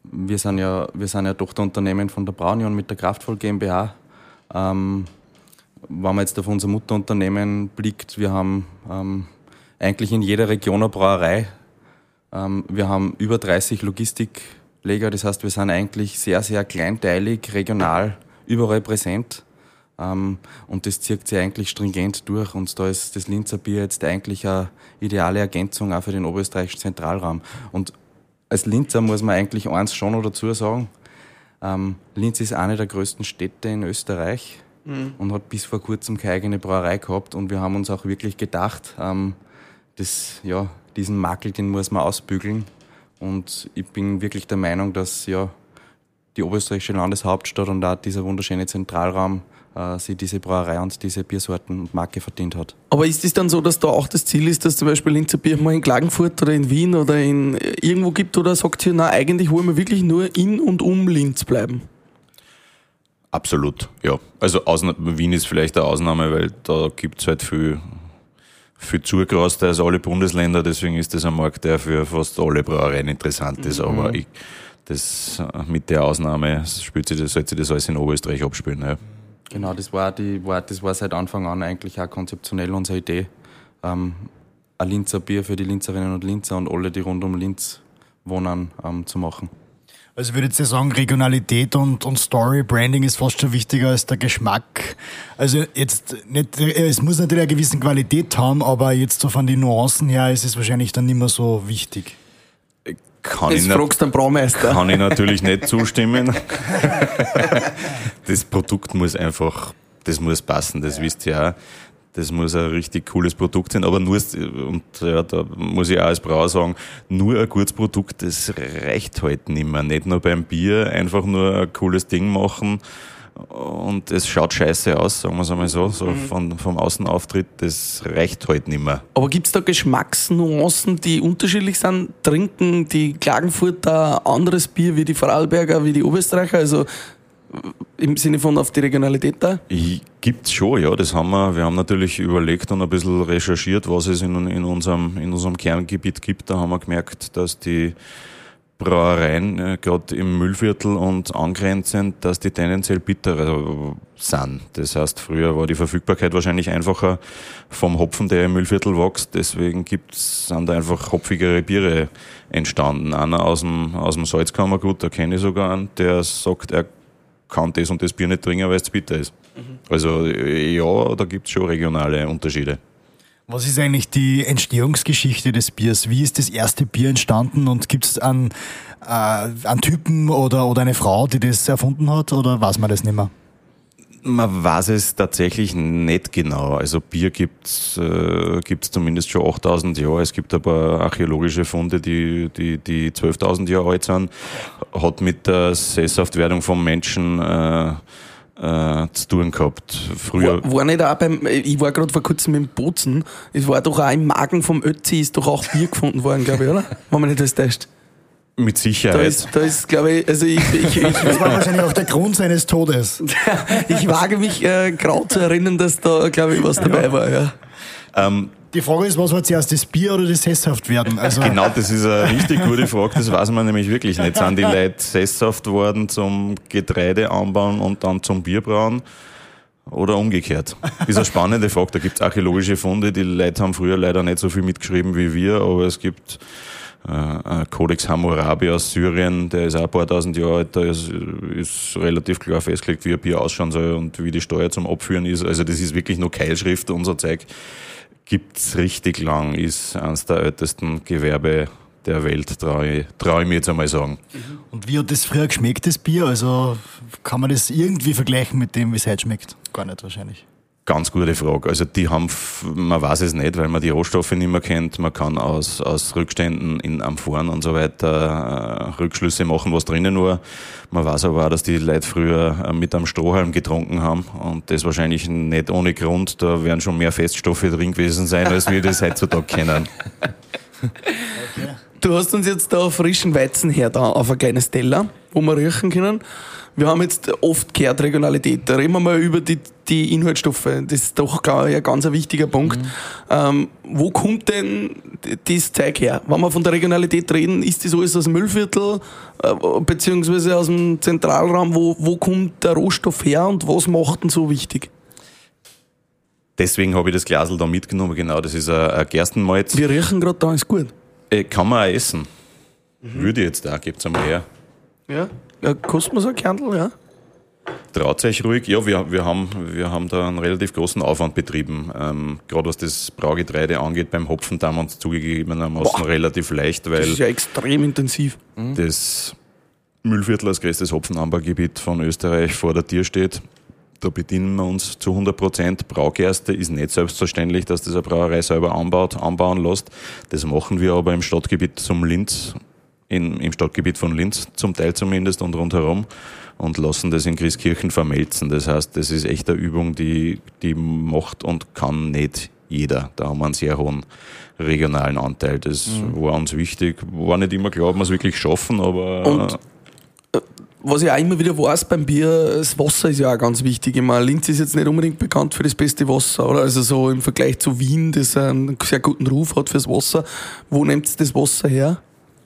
Speaker 5: wir sind ja, wir sind ja Tochterunternehmen von der Braunion mit der Kraftvoll GmbH. Ähm, wenn man jetzt auf unser Mutterunternehmen blickt, wir haben ähm, eigentlich in jeder Region eine Brauerei. Ähm, wir haben über dreißig Logistikleger, das heißt, wir sind eigentlich sehr, sehr kleinteilig, regional, überall präsent. Ähm, und das zieht sich eigentlich stringent durch. Und da ist das Linzer Bier jetzt eigentlich eine ideale Ergänzung auch für den oberösterreichischen Zentralraum. Und als Linzer muss man eigentlich eins schon noch dazu sagen, ähm, Linz ist eine der größten Städte in Österreich mhm. und hat bis vor kurzem keine eigene Brauerei gehabt. Und wir haben uns auch wirklich gedacht, ähm, das, ja, diesen Makel, den muss man ausbügeln. Und ich bin wirklich der Meinung, dass ja, die oberösterreichische Landeshauptstadt und auch dieser wunderschöne Zentralraum äh, sich diese Brauerei und diese Biersorten und Marke verdient hat.
Speaker 4: Aber ist es dann so, dass da auch das Ziel ist, dass zum Beispiel Linzer Bier mal in Klagenfurt oder in Wien oder in irgendwo gibt, oder sagt ihr, na eigentlich wollen wir wirklich nur in und um Linz bleiben?
Speaker 1: Absolut, ja. Also Ausna- Wien ist vielleicht eine Ausnahme, weil da gibt es halt viel, viel zugerauster als alle Bundesländer, deswegen ist das ein Markt, der für fast alle Brauereien interessant ist, mhm. aber ich, das, mit der Ausnahme spielt sich das, sollte sich das alles in Oberösterreich abspielen. Ja.
Speaker 5: Genau, das war, die, war, das war seit Anfang an eigentlich auch konzeptionell unsere Idee. Ähm, ein Linzer Bier für die Linzerinnen und Linzer und alle, die rund um Linz wohnen, ähm, zu machen.
Speaker 3: Also ich würde jetzt sagen, Regionalität und, und Story, Branding ist fast schon wichtiger als der Geschmack. Also jetzt nicht, es muss natürlich eine gewisse Qualität haben, aber jetzt so von den Nuancen her ist es wahrscheinlich dann nicht mehr so wichtig.
Speaker 1: Kann
Speaker 4: Jetzt
Speaker 1: ich
Speaker 4: fragst du den Braumeister.
Speaker 1: Kann ich natürlich nicht zustimmen. Das Produkt muss einfach, das muss passen, das ja. wisst ihr auch. Das muss ein richtig cooles Produkt sein, aber nur, und ja, da muss ich auch als Brauer sagen, nur ein gutes Produkt, das reicht halt nicht mehr. Nicht nur beim Bier, einfach nur ein cooles Ding machen und es schaut scheiße aus, sagen wir es einmal so, so von, vom Außenauftritt, das reicht halt nicht mehr.
Speaker 4: Aber gibt es da Geschmacksnuancen, die unterschiedlich sind? Trinken die Klagenfurter anderes Bier wie die Vorarlberger, wie die Oberösterreicher? Also im Sinne von auf die Regionalität da?
Speaker 1: Gibt's schon, ja, das haben wir. Wir haben natürlich überlegt und ein bisschen recherchiert, was es in, in, unserem, in unserem Kerngebiet gibt. Da haben wir gemerkt, dass die Brauereien, äh, gerade im Mühlviertel und angrenzend, dass die tendenziell bitterer sind. Das heißt, früher war die Verfügbarkeit wahrscheinlich einfacher vom Hopfen, der im Mühlviertel wächst. Deswegen gibt's, sind da einfach hopfigere Biere entstanden. Einer aus dem, aus dem Salzkammergut, da kenne ich sogar einen, der sagt, er kann das und das Bier nicht trinken, weil es zu bitter ist. Mhm. Also ja, da gibt's schon regionale Unterschiede.
Speaker 3: Was ist eigentlich die Entstehungsgeschichte des Biers? Wie ist das erste Bier entstanden und gibt es einen, äh, einen Typen oder, oder eine Frau, die das erfunden hat, oder weiß man das nicht mehr?
Speaker 1: Man weiß es tatsächlich nicht genau. Also Bier gibt's äh, gibt's zumindest schon achttausend Jahre. Es gibt aber archäologische Funde, die die die zwölftausend Jahre alt sind. Hat mit der Sesshaftwerdung vom Menschen äh, äh, zu tun gehabt. Früher
Speaker 4: war, war nicht auch beim, ich war gerade vor kurzem im Bozen, es war doch auch im Magen vom Ötzi ist doch auch Bier gefunden worden, glaube ich, oder? Wenn man nicht das täuscht.
Speaker 1: Mit Sicherheit.
Speaker 4: Da ist, da ist glaube ich, also ich, ich, ich
Speaker 3: das war wahrscheinlich auch der Grund seines Todes.
Speaker 4: Ich wage mich äh, grau zu erinnern, dass da, glaube ich, was dabei ja. war, ja.
Speaker 1: Ähm,
Speaker 3: Die Frage ist, was war zuerst, das Bier oder das Sesshaftwerden? Also
Speaker 1: genau, das ist eine richtig gute Frage, das weiß man nämlich wirklich nicht. Sind die Leute sesshaft worden zum Getreide anbauen und dann zum Bierbrauen? Oder umgekehrt? Das ist eine spannende Frage. Da gibt es archäologische Funde, die Leute haben früher leider nicht so viel mitgeschrieben wie wir, aber es gibt äh, Codex Hammurabi aus Syrien, der ist auch ein paar tausend Jahre alt, da ist, ist relativ klar festgelegt, wie ein Bier ausschauen soll und wie die Steuer zum Abführen ist. Also das ist wirklich nur Keilschrift, unser Zeug gibt's richtig lang, ist eines der ältesten Gewerbe der Welt, traue ich, trau ich mir jetzt einmal sagen.
Speaker 3: Und wie hat das früher geschmeckt, das Bier? Also kann man das irgendwie vergleichen mit dem, wie es heute schmeckt? Gar nicht wahrscheinlich.
Speaker 1: Ganz gute Frage. Also die haben, man weiß es nicht, weil man die Rohstoffe nicht mehr kennt. Man kann aus, aus Rückständen in Amphoren und so weiter äh, Rückschlüsse machen, was drinnen war. Man weiß aber auch, dass die Leute früher äh, mit einem Strohhalm getrunken haben und das wahrscheinlich nicht ohne Grund. Da werden schon mehr Feststoffe drin gewesen sein, als wir das heutzutage kennen.
Speaker 4: Okay. Du hast uns jetzt da frischen Weizen her da auf ein kleines Teller, wo wir riechen können. Wir haben jetzt oft gehört Regionalität. Da reden wir mal über die, die Inhaltsstoffe. Das ist doch, glaube ich, ein ganz wichtiger Punkt. Mhm. Ähm, wo kommt denn das Zeug her? Wenn wir von der Regionalität reden, ist das alles aus dem Müllviertel, äh, beziehungsweise aus dem Zentralraum? Wo, wo kommt der Rohstoff her und was macht ihn so wichtig?
Speaker 1: Deswegen habe ich das Glasl da mitgenommen. Genau, das ist ein, ein Gerstenmalz.
Speaker 4: Wir riechen gerade da, ist gut.
Speaker 1: Äh, kann man auch essen. Mhm. Würde ich jetzt auch, gebt es einmal her.
Speaker 4: Ja, ja, kostet man so ein Kernl, ja?
Speaker 1: Traut euch ruhig. Ja, wir, wir, haben, wir haben da einen relativ großen Aufwand betrieben. Ähm, Gerade was das Braugetreide angeht, beim Hopfen haben wir uns zugegebenermaßen Boah. relativ leicht, weil
Speaker 4: das ist ja extrem intensiv.
Speaker 1: Das Müllviertel als größtes Hopfenanbaugebiet von Österreich vor der Tür steht. Da bedienen wir uns zu hundert Prozent. Braugerste ist nicht selbstverständlich, dass das eine Brauerei selber anbaut, anbauen lässt. Das machen wir aber im Stadtgebiet zum Linz, in, im Stadtgebiet von Linz zum Teil zumindest und rundherum und lassen das in Christkirchen vermelzen. Das heißt, das ist echt eine Übung, die, die macht und kann nicht jeder. Da haben wir einen sehr hohen regionalen Anteil. Das mhm. war uns wichtig. War nicht immer klar, ob wir es wirklich schaffen, aber...
Speaker 4: Und was ich auch immer wieder weiß beim Bier, das Wasser ist ja auch ganz wichtig. Ich meine, Linz ist jetzt nicht unbedingt bekannt für das beste Wasser, oder? Also so im Vergleich zu Wien, das einen sehr guten Ruf hat fürs Wasser. Wo nehmt ihr das Wasser her?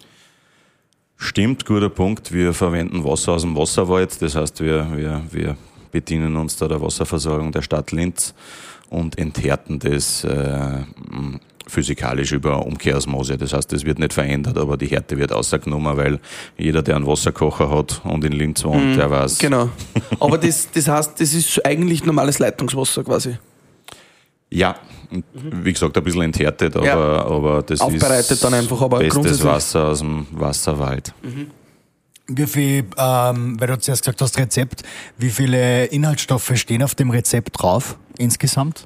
Speaker 1: Stimmt, guter Punkt. Wir verwenden Wasser aus dem Wasserwald. Das heißt, wir, wir, wir bedienen uns da der Wasserversorgung der Stadt Linz und enthärten das äh, physikalisch über Umkehrosmose. Das heißt, es wird nicht verändert, aber die Härte wird rausgenommen, weil jeder, der einen Wasserkocher hat und in Linz wohnt, mm, der weiß.
Speaker 4: Genau. Aber das, das heißt, das ist eigentlich normales Leitungswasser quasi?
Speaker 1: Ja, wie gesagt, ein bisschen enthärtet, aber, ja. aber das
Speaker 4: aufbereitet
Speaker 1: ist
Speaker 4: dann einfach, aber
Speaker 1: bestes Wasser aus dem Wasserwald.
Speaker 3: Mhm. Wie viel, ähm, weil du zuerst gesagt hast, Rezept, wie viele Inhaltsstoffe stehen auf dem Rezept drauf insgesamt?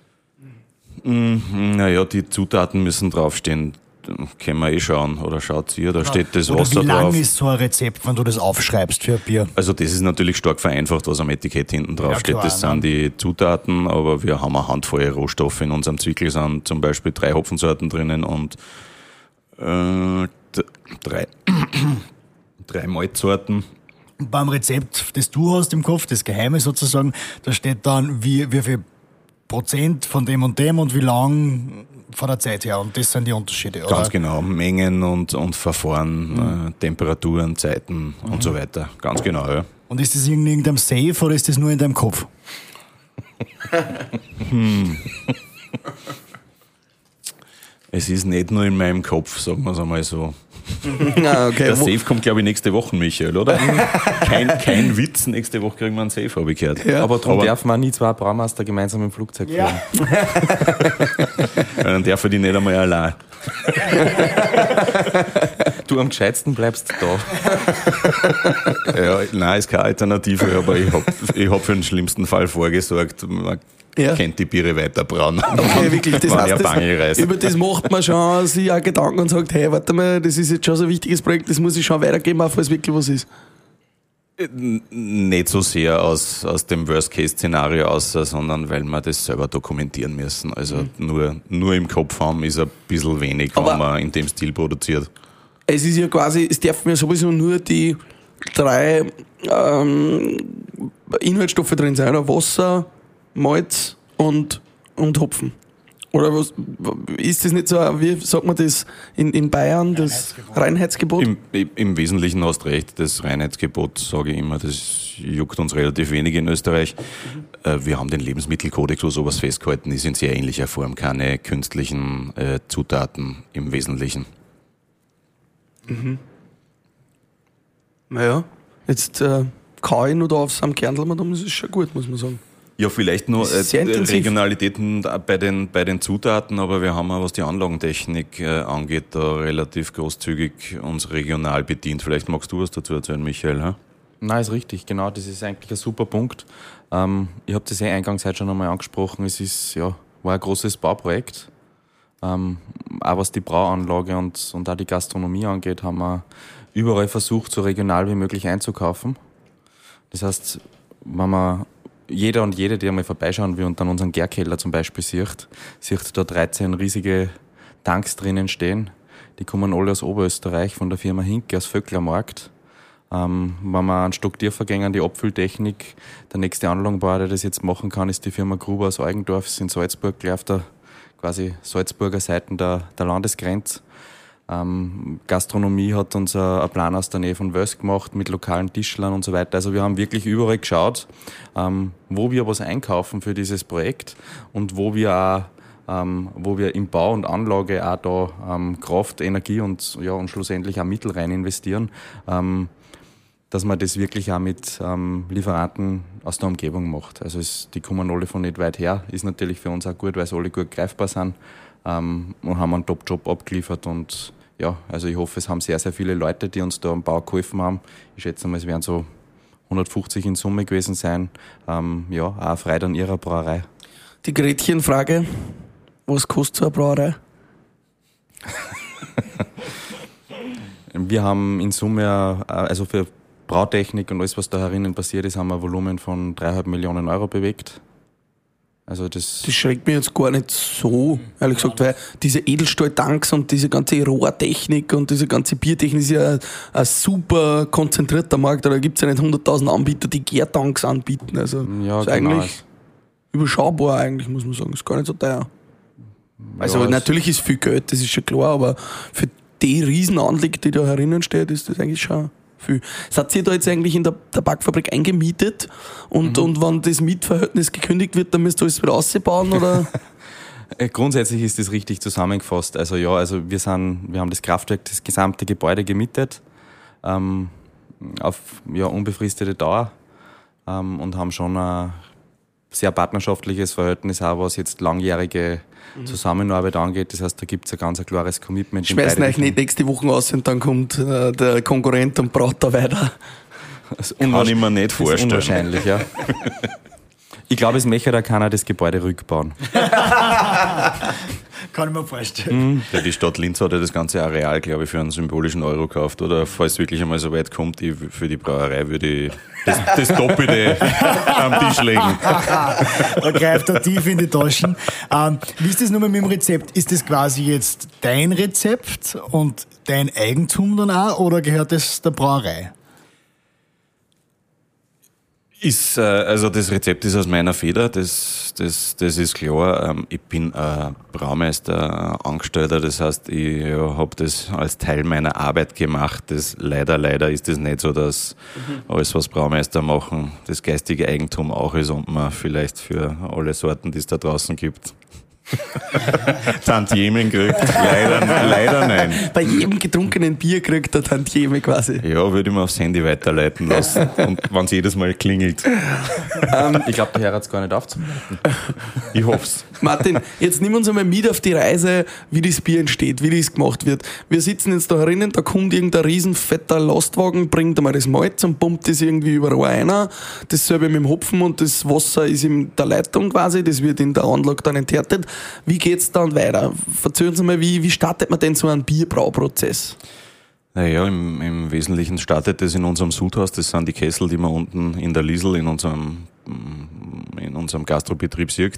Speaker 1: Naja, die Zutaten müssen draufstehen. Können wir eh schauen. Oder schaut ihr, da ja. steht das
Speaker 3: Oder
Speaker 1: Wasser drauf.
Speaker 3: Wie lang ist so ein Rezept, wenn du das aufschreibst für ein Bier?
Speaker 1: Also das ist natürlich stark vereinfacht, was am Etikett hinten drauf ja, steht. Klar, das sind die Zutaten, aber wir haben eine Handvoll Rohstoffe. In unserem Zwickel sind zum Beispiel drei Hopfensorten drinnen und äh, drei, drei Malzsorten.
Speaker 3: Beim Rezept, das du hast im Kopf, das Geheime sozusagen, da steht dann, wie, wie viel Prozent von dem und dem und wie lang von der Zeit her. Und das sind die Unterschiede, oder?
Speaker 1: Ganz genau. Mengen und, und Verfahren, mhm. äh, Temperaturen, Zeiten mhm. und so weiter. Ganz genau, ja.
Speaker 3: Und ist das in irgendeinem Safe oder ist das nur in deinem Kopf?
Speaker 1: hm. Es ist nicht nur in meinem Kopf, sagen wir es einmal so.
Speaker 4: Ah, okay.
Speaker 1: Der Safe kommt, glaube ich, nächste Woche, Michael, oder? kein, kein Witz, nächste Woche kriegen wir einen Safe, habe ich gehört.
Speaker 5: Ja. Aber darum darf man nie zwei Braumeister gemeinsam im Flugzeug fliegen.
Speaker 1: Ja. Dann darf die nicht einmal allein.
Speaker 5: Du am gescheitsten bleibst da.
Speaker 1: Ja, nein, ist keine Alternative, aber ich habe ich hab für den schlimmsten Fall vorgesorgt. Man ja. kennt die Biere weiter brauen.
Speaker 4: Okay, wirklich, das heißt, das, über das macht man schon sich auch Gedanken und sagt, hey, warte mal, das ist jetzt schon so ein wichtiges Projekt, das muss ich schon weitergeben, auch falls wirklich was ist.
Speaker 1: Nicht so sehr aus, aus dem Worst-Case-Szenario aus, sondern weil wir das selber dokumentieren müssen. Also mhm. nur, nur im Kopf haben ist ein bisschen wenig, aber wenn man in dem Stil produziert.
Speaker 4: Es ist ja quasi, es dürfen ja sowieso nur die drei ähm, Inhaltsstoffe drin sein, oder? Wasser, Malz und, und Hopfen. Oder was, ist das nicht so, wie sagt man das in, in Bayern, das Reinheitsgebot?
Speaker 1: Im, Im Wesentlichen hast du recht, das Reinheitsgebot, sage ich immer, das juckt uns relativ wenig in Österreich. Mhm. Wir haben den Lebensmittelkodex, wo sowas festgehalten ist, in sehr ähnlicher Form, keine künstlichen äh, Zutaten im Wesentlichen.
Speaker 4: Mhm. Naja, jetzt äh, kann ich nur da aufs am Kernl, das ist schon gut, muss man sagen.
Speaker 1: Ja, vielleicht nur äh, Regionalitäten bei den, bei den Zutaten, aber wir haben auch, was die Anlagentechnik äh, angeht, da relativ großzügig uns regional bedient. Vielleicht magst du was dazu erzählen, Michael? Ha?
Speaker 5: Nein, ist richtig, genau, das ist eigentlich ein super Punkt. Ähm, ich habe das ja eingangs heute schon einmal angesprochen, es ist, ja, war ein großes Bauprojekt. Ähm, auch was die Brauanlage und, und auch die Gastronomie angeht, haben wir überall versucht, so regional wie möglich einzukaufen. Das heißt, wenn man jeder und jede, die einmal vorbeischauen will und dann unseren Gärkeller zum Beispiel sieht, sieht da dreizehn riesige Tanks drinnen stehen. Die kommen alle aus Oberösterreich, von der Firma Hinke aus Vöcklermarkt. Ähm, wenn wir einen Stock tiefer gehen, die Abfülltechnik, der nächste Anlagenbauer, der das jetzt machen kann, ist die Firma Gruber aus Eugendorf, ist in Salzburg, gleich auf der quasi Salzburger Seite der, der Landesgrenze. Ähm, Gastronomie hat uns ein Plan aus der Nähe von Wösk gemacht mit lokalen Tischlern und so weiter. Also wir haben wirklich überall geschaut, ähm, wo wir was einkaufen für dieses Projekt und wo wir auch, ähm, wo wir im Bau und Anlage auch da ähm, Kraft, Energie und ja und schlussendlich auch Mittel rein investieren, ähm, dass man das wirklich auch mit ähm, Lieferanten aus der Umgebung macht. Also es, die kommen alle von nicht weit her, ist natürlich für uns auch gut, weil sie alle gut greifbar sind. Ähm, und haben einen Top-Job abgeliefert und ja, also ich hoffe, es haben sehr, sehr viele Leute, die uns da am Bau geholfen haben. Ich schätze mal, es werden so hundertfünfzig in Summe gewesen sein. Ähm, ja, auch Freude an ihrer Brauerei.
Speaker 4: Die Gretchenfrage, was kostet so eine Brauerei?
Speaker 5: Wir haben in Summe, also für Brautechnik und alles, was da herinnen passiert ist, haben wir ein Volumen von dreieinhalb Millionen Euro bewegt. Also das,
Speaker 4: das schreckt mich jetzt gar nicht so, ehrlich gesagt, weil diese Edelstahl-Tanks und diese ganze Rohrtechnik und diese ganze Biertechnik ist ja ein, ein super konzentrierter Markt. Da gibt es ja nicht hunderttausend Anbieter, die Gärtanks anbieten. Also
Speaker 5: ja,
Speaker 4: ist
Speaker 5: genau.
Speaker 4: eigentlich überschaubar, eigentlich, muss man sagen. Ist gar nicht so teuer. Also
Speaker 5: ja,
Speaker 4: natürlich ist viel Geld, das ist schon klar, aber für die Riesenanlage, die da herinnen steht, ist das eigentlich schon viel. Seid ihr da jetzt eigentlich in der Tabakfabrik eingemietet und, mhm. und wenn das Mietverhältnis gekündigt wird, dann müsst ihr alles wieder ausbauen, oder?
Speaker 5: Grundsätzlich ist das richtig zusammengefasst. Also ja, also wir sind, wir haben das Kraftwerk, das gesamte Gebäude gemietet, ähm, auf ja, unbefristete Dauer ähm, und haben schon ein sehr partnerschaftliches Verhältnis, auch was jetzt langjährige mhm. Zusammenarbeit angeht. Das heißt, da gibt es ein ganz ein klares Commitment.
Speaker 4: Schmeißen euch nicht nächste Woche aus und dann kommt äh, der Konkurrent und braucht da weiter.
Speaker 1: Das kann ich mir nicht vorstellen.
Speaker 5: Unwahrscheinlich, ja. Ich glaube, es möchte da keiner das Gebäude rückbauen.
Speaker 3: Kann ich mir vorstellen.
Speaker 1: Mhm. Ja, die Stadt Linz hat ja das ganze Areal, glaube ich, für einen symbolischen Euro gekauft. Oder falls es wirklich einmal so weit kommt, ich, für die Brauerei würde ich das, das Doppelte am Tisch legen.
Speaker 3: Da greift er tief in die Taschen. Ähm, wie ist das nochmal mit dem Rezept? Ist das quasi jetzt dein Rezept und dein Eigentum dann auch, oder gehört das der Brauerei?
Speaker 1: Ist, äh, also das Rezept ist aus meiner Feder, das, das, das ist klar. Ähm, ich bin ein Braumeister, ein Angestellter, das heißt, ich ja, habe das als Teil meiner Arbeit gemacht. Das, leider, leider ist es nicht so, dass mhm. alles, was Braumeister machen, das geistige Eigentum auch ist und man vielleicht für alle Sorten, die es da draußen gibt, Tantiemen kriegt. Leider, leider nein.
Speaker 4: Bei jedem getrunkenen Bier kriegt er Tantieme quasi.
Speaker 1: Ja, würde ich mir aufs Handy weiterleiten lassen. Und wenn es jedes Mal klingelt.
Speaker 5: Ähm, ich glaube, der Herr hat es gar nicht aufzuleiten.
Speaker 1: Ich hoff's.
Speaker 4: Martin, jetzt nimm uns einmal mit auf die Reise, wie das Bier entsteht, wie das gemacht wird. Wir sitzen jetzt da herinnen, da kommt irgendein riesen fetter Lastwagen, bringt einmal das Malz und pumpt das irgendwie überall rein. Dasselbe mit dem Hopfen und das Wasser ist in der Leitung quasi, das wird in der Anlage dann enthärtet. Wie geht's dann weiter? Erzählen Sie mal, wie, wie startet man denn so einen Bierbrauprozess?
Speaker 1: Naja, im, im Wesentlichen startet das in unserem Sudhaus. Das sind die Kessel, die man unten in der Liesel in unserem, in unserem Gastrobetrieb sieht.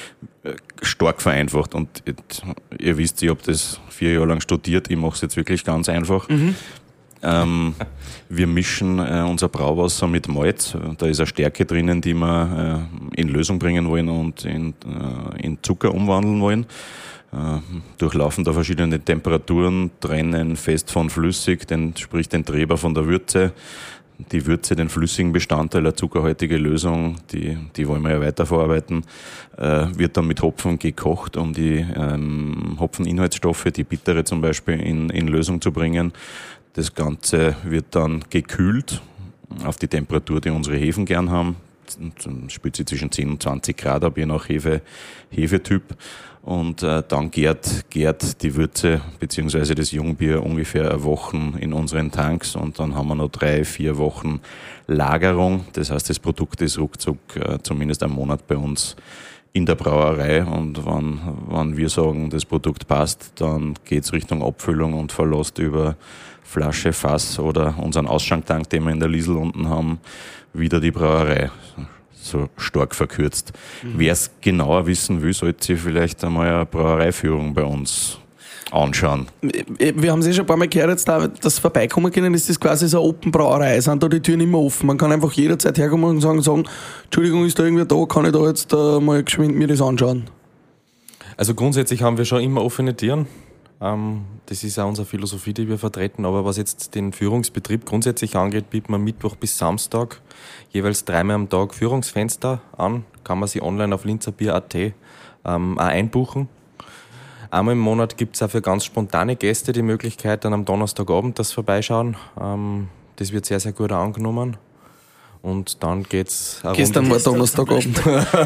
Speaker 1: Stark vereinfacht. Und ihr wisst, ich habe das vier Jahre lang studiert. Ich mache es jetzt wirklich ganz einfach. Mhm. Ähm, wir mischen äh, unser Brauwasser mit Malz. Da ist eine Stärke drinnen, die wir äh, in Lösung bringen wollen und in, äh, in Zucker umwandeln wollen. Äh, durchlaufen da verschiedene Temperaturen, trennen fest von flüssig, den, sprich den Treber von der Würze. Die Würze, den flüssigen Bestandteil, eine zuckerhaltige Lösung, die, die wollen wir ja weiterverarbeiten, äh, wird dann mit Hopfen gekocht, um die ähm, Hopfeninhaltsstoffe, die bittere zum Beispiel, in, in Lösung zu bringen. Das Ganze wird dann gekühlt auf die Temperatur, die unsere Hefen gern haben. Spielt sich zwischen zehn und zwanzig Grad ab, je nach Hefe, Hefetyp. Und äh, dann gärt, gärt die Würze bzw. das Jungbier ungefähr eine Woche in unseren Tanks und dann haben wir noch drei, vier Wochen Lagerung. Das heißt, das Produkt ist ruckzuck äh, zumindest einen Monat bei uns in der Brauerei und wenn, wenn wir sagen, das Produkt passt, dann geht's Richtung Abfüllung und verlässt über Flasche, Fass oder unseren Ausschanktank, den wir in der Liesel unten haben, wieder die Brauerei. So stark verkürzt. Mhm. Wer es genauer wissen will, sollte sich vielleicht einmal eine Brauereiführung bei uns anschauen.
Speaker 4: Wir haben es eh schon ein paar Mal gehört, jetzt da, dass vorbeikommen können, ist das quasi so eine Open Brauerei, sind da die Türen immer offen. Man kann einfach jederzeit herkommen und sagen, sagen Entschuldigung, ist da irgendwer da, kann ich da jetzt uh, mal geschwind mir das anschauen?
Speaker 5: Also grundsätzlich haben wir schon immer offene Türen. Ähm, das ist auch unsere Philosophie, die wir vertreten. Aber was jetzt den Führungsbetrieb grundsätzlich angeht, bieten wir Mittwoch bis Samstag jeweils dreimal am Tag Führungsfenster an. Kann man sich online auf linzerbier punkt at ähm, auch einbuchen. Einmal im Monat gibt es auch für ganz spontane Gäste die Möglichkeit, dann am Donnerstagabend das vorbeischauen. Ähm, das wird sehr, sehr gut angenommen. Und dann geht's eine
Speaker 4: Gestern
Speaker 5: Runde,
Speaker 4: war Donnerstagabend.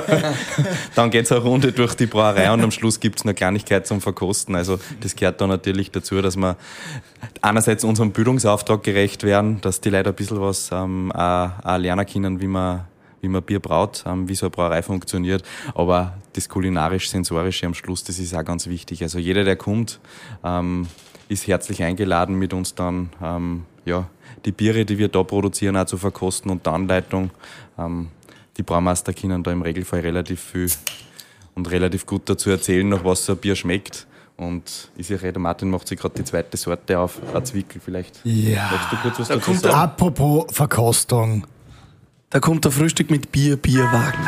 Speaker 5: dann geht's eine Runde durch die Brauerei und am Schluss gibt's eine Kleinigkeit zum Verkosten. Also das gehört da natürlich dazu, dass wir einerseits unserem Bildungsauftrag gerecht werden, dass die Leute ein bisschen was ähm, auch, auch lernen können, wie man wie man Bier braut, ähm, wie so eine Brauerei funktioniert. Aber das kulinarisch-sensorische am Schluss, das ist auch ganz wichtig. Also jeder, der kommt, ähm, ist herzlich eingeladen, mit uns dann ähm, ja, die Biere, die wir da produzieren, auch zu verkosten und der Anleitung. Ähm, die Braumeister können da im Regelfall relativ viel und relativ gut dazu erzählen, nach was so ein Bier schmeckt. Und ich sehe, der Martin macht sich gerade die zweite Sorte auf, ein Zwickel vielleicht.
Speaker 3: Ja.
Speaker 5: Magst du kurz was
Speaker 3: Da
Speaker 5: dazu
Speaker 3: kommt
Speaker 5: sagen?
Speaker 3: Apropos Verkostung.
Speaker 4: Da kommt der Frühstück mit Bier, Bierwagen.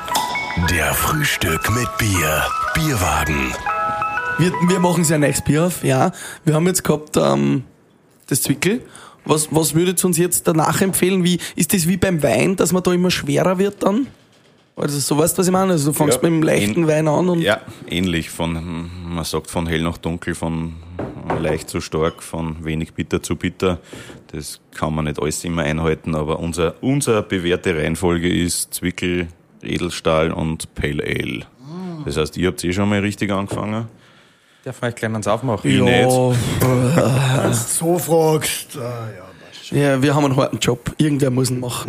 Speaker 2: Der Frühstück mit Bier. Bierwagen.
Speaker 4: Wir, wir machen sehr neues Bier auf, ja. Wir haben jetzt gehabt ähm, das Zwickel. Was, was würdet ihr uns jetzt danach empfehlen? Wie, ist das wie beim Wein, dass man da immer schwerer wird dann? Also so weißt du, was ich meine? Also du fängst
Speaker 1: Ja,
Speaker 4: mit dem leichten
Speaker 1: ähn-
Speaker 4: Wein an und
Speaker 1: Ja, ähnlich. Von, man sagt von hell nach dunkel, von leicht zu stark, von wenig bitter zu bitter. Das kann man nicht alles immer einhalten, aber unser, unsere bewährte Reihenfolge ist Zwickel, Edelstahl und Pale Ale. Das heißt, ihr habt eh schon mal richtig angefangen.
Speaker 5: Darf man euch gleich eins aufmachen?
Speaker 1: Ich nicht.
Speaker 3: Wenn du so fragst, äh, ja.
Speaker 4: ja, wir haben einen harten Job. Irgendwer muss ihn machen.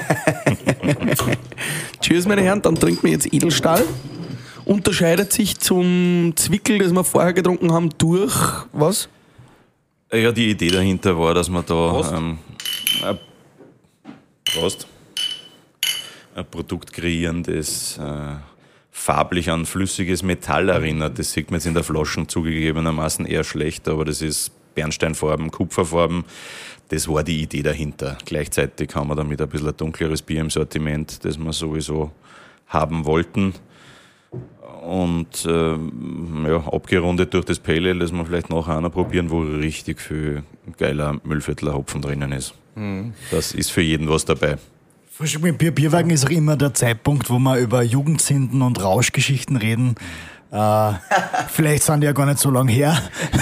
Speaker 4: Tschüss, meine Herren, dann trinken wir jetzt Edelstahl. Unterscheidet sich zum Zwickel, das wir vorher getrunken haben, durch was?
Speaker 1: Ja, die Idee dahinter war, dass man da
Speaker 5: Prost.
Speaker 1: ähm, ein, Prost, ein Produkt kreieren, das äh, farblich an flüssiges Metall erinnert. Das sieht man jetzt in der Flasche zugegebenermaßen eher schlecht, aber das ist Bernsteinfarben, Kupferfarben. Das war die Idee dahinter. Gleichzeitig haben wir damit ein bisschen ein dunkleres Bier im Sortiment, das wir sowieso haben wollten. Und ähm, ja, abgerundet durch das Pale Ale, das wir vielleicht nachher auch noch probieren, wo richtig viel geiler Müllviertler Hopfen drinnen ist. Mhm. Das ist für jeden was dabei.
Speaker 3: Frühstück mit Bier, Bierwagen ist auch immer der Zeitpunkt, wo wir über Jugendsünden und Rauschgeschichten reden. Äh, vielleicht sind die ja gar nicht so lang her.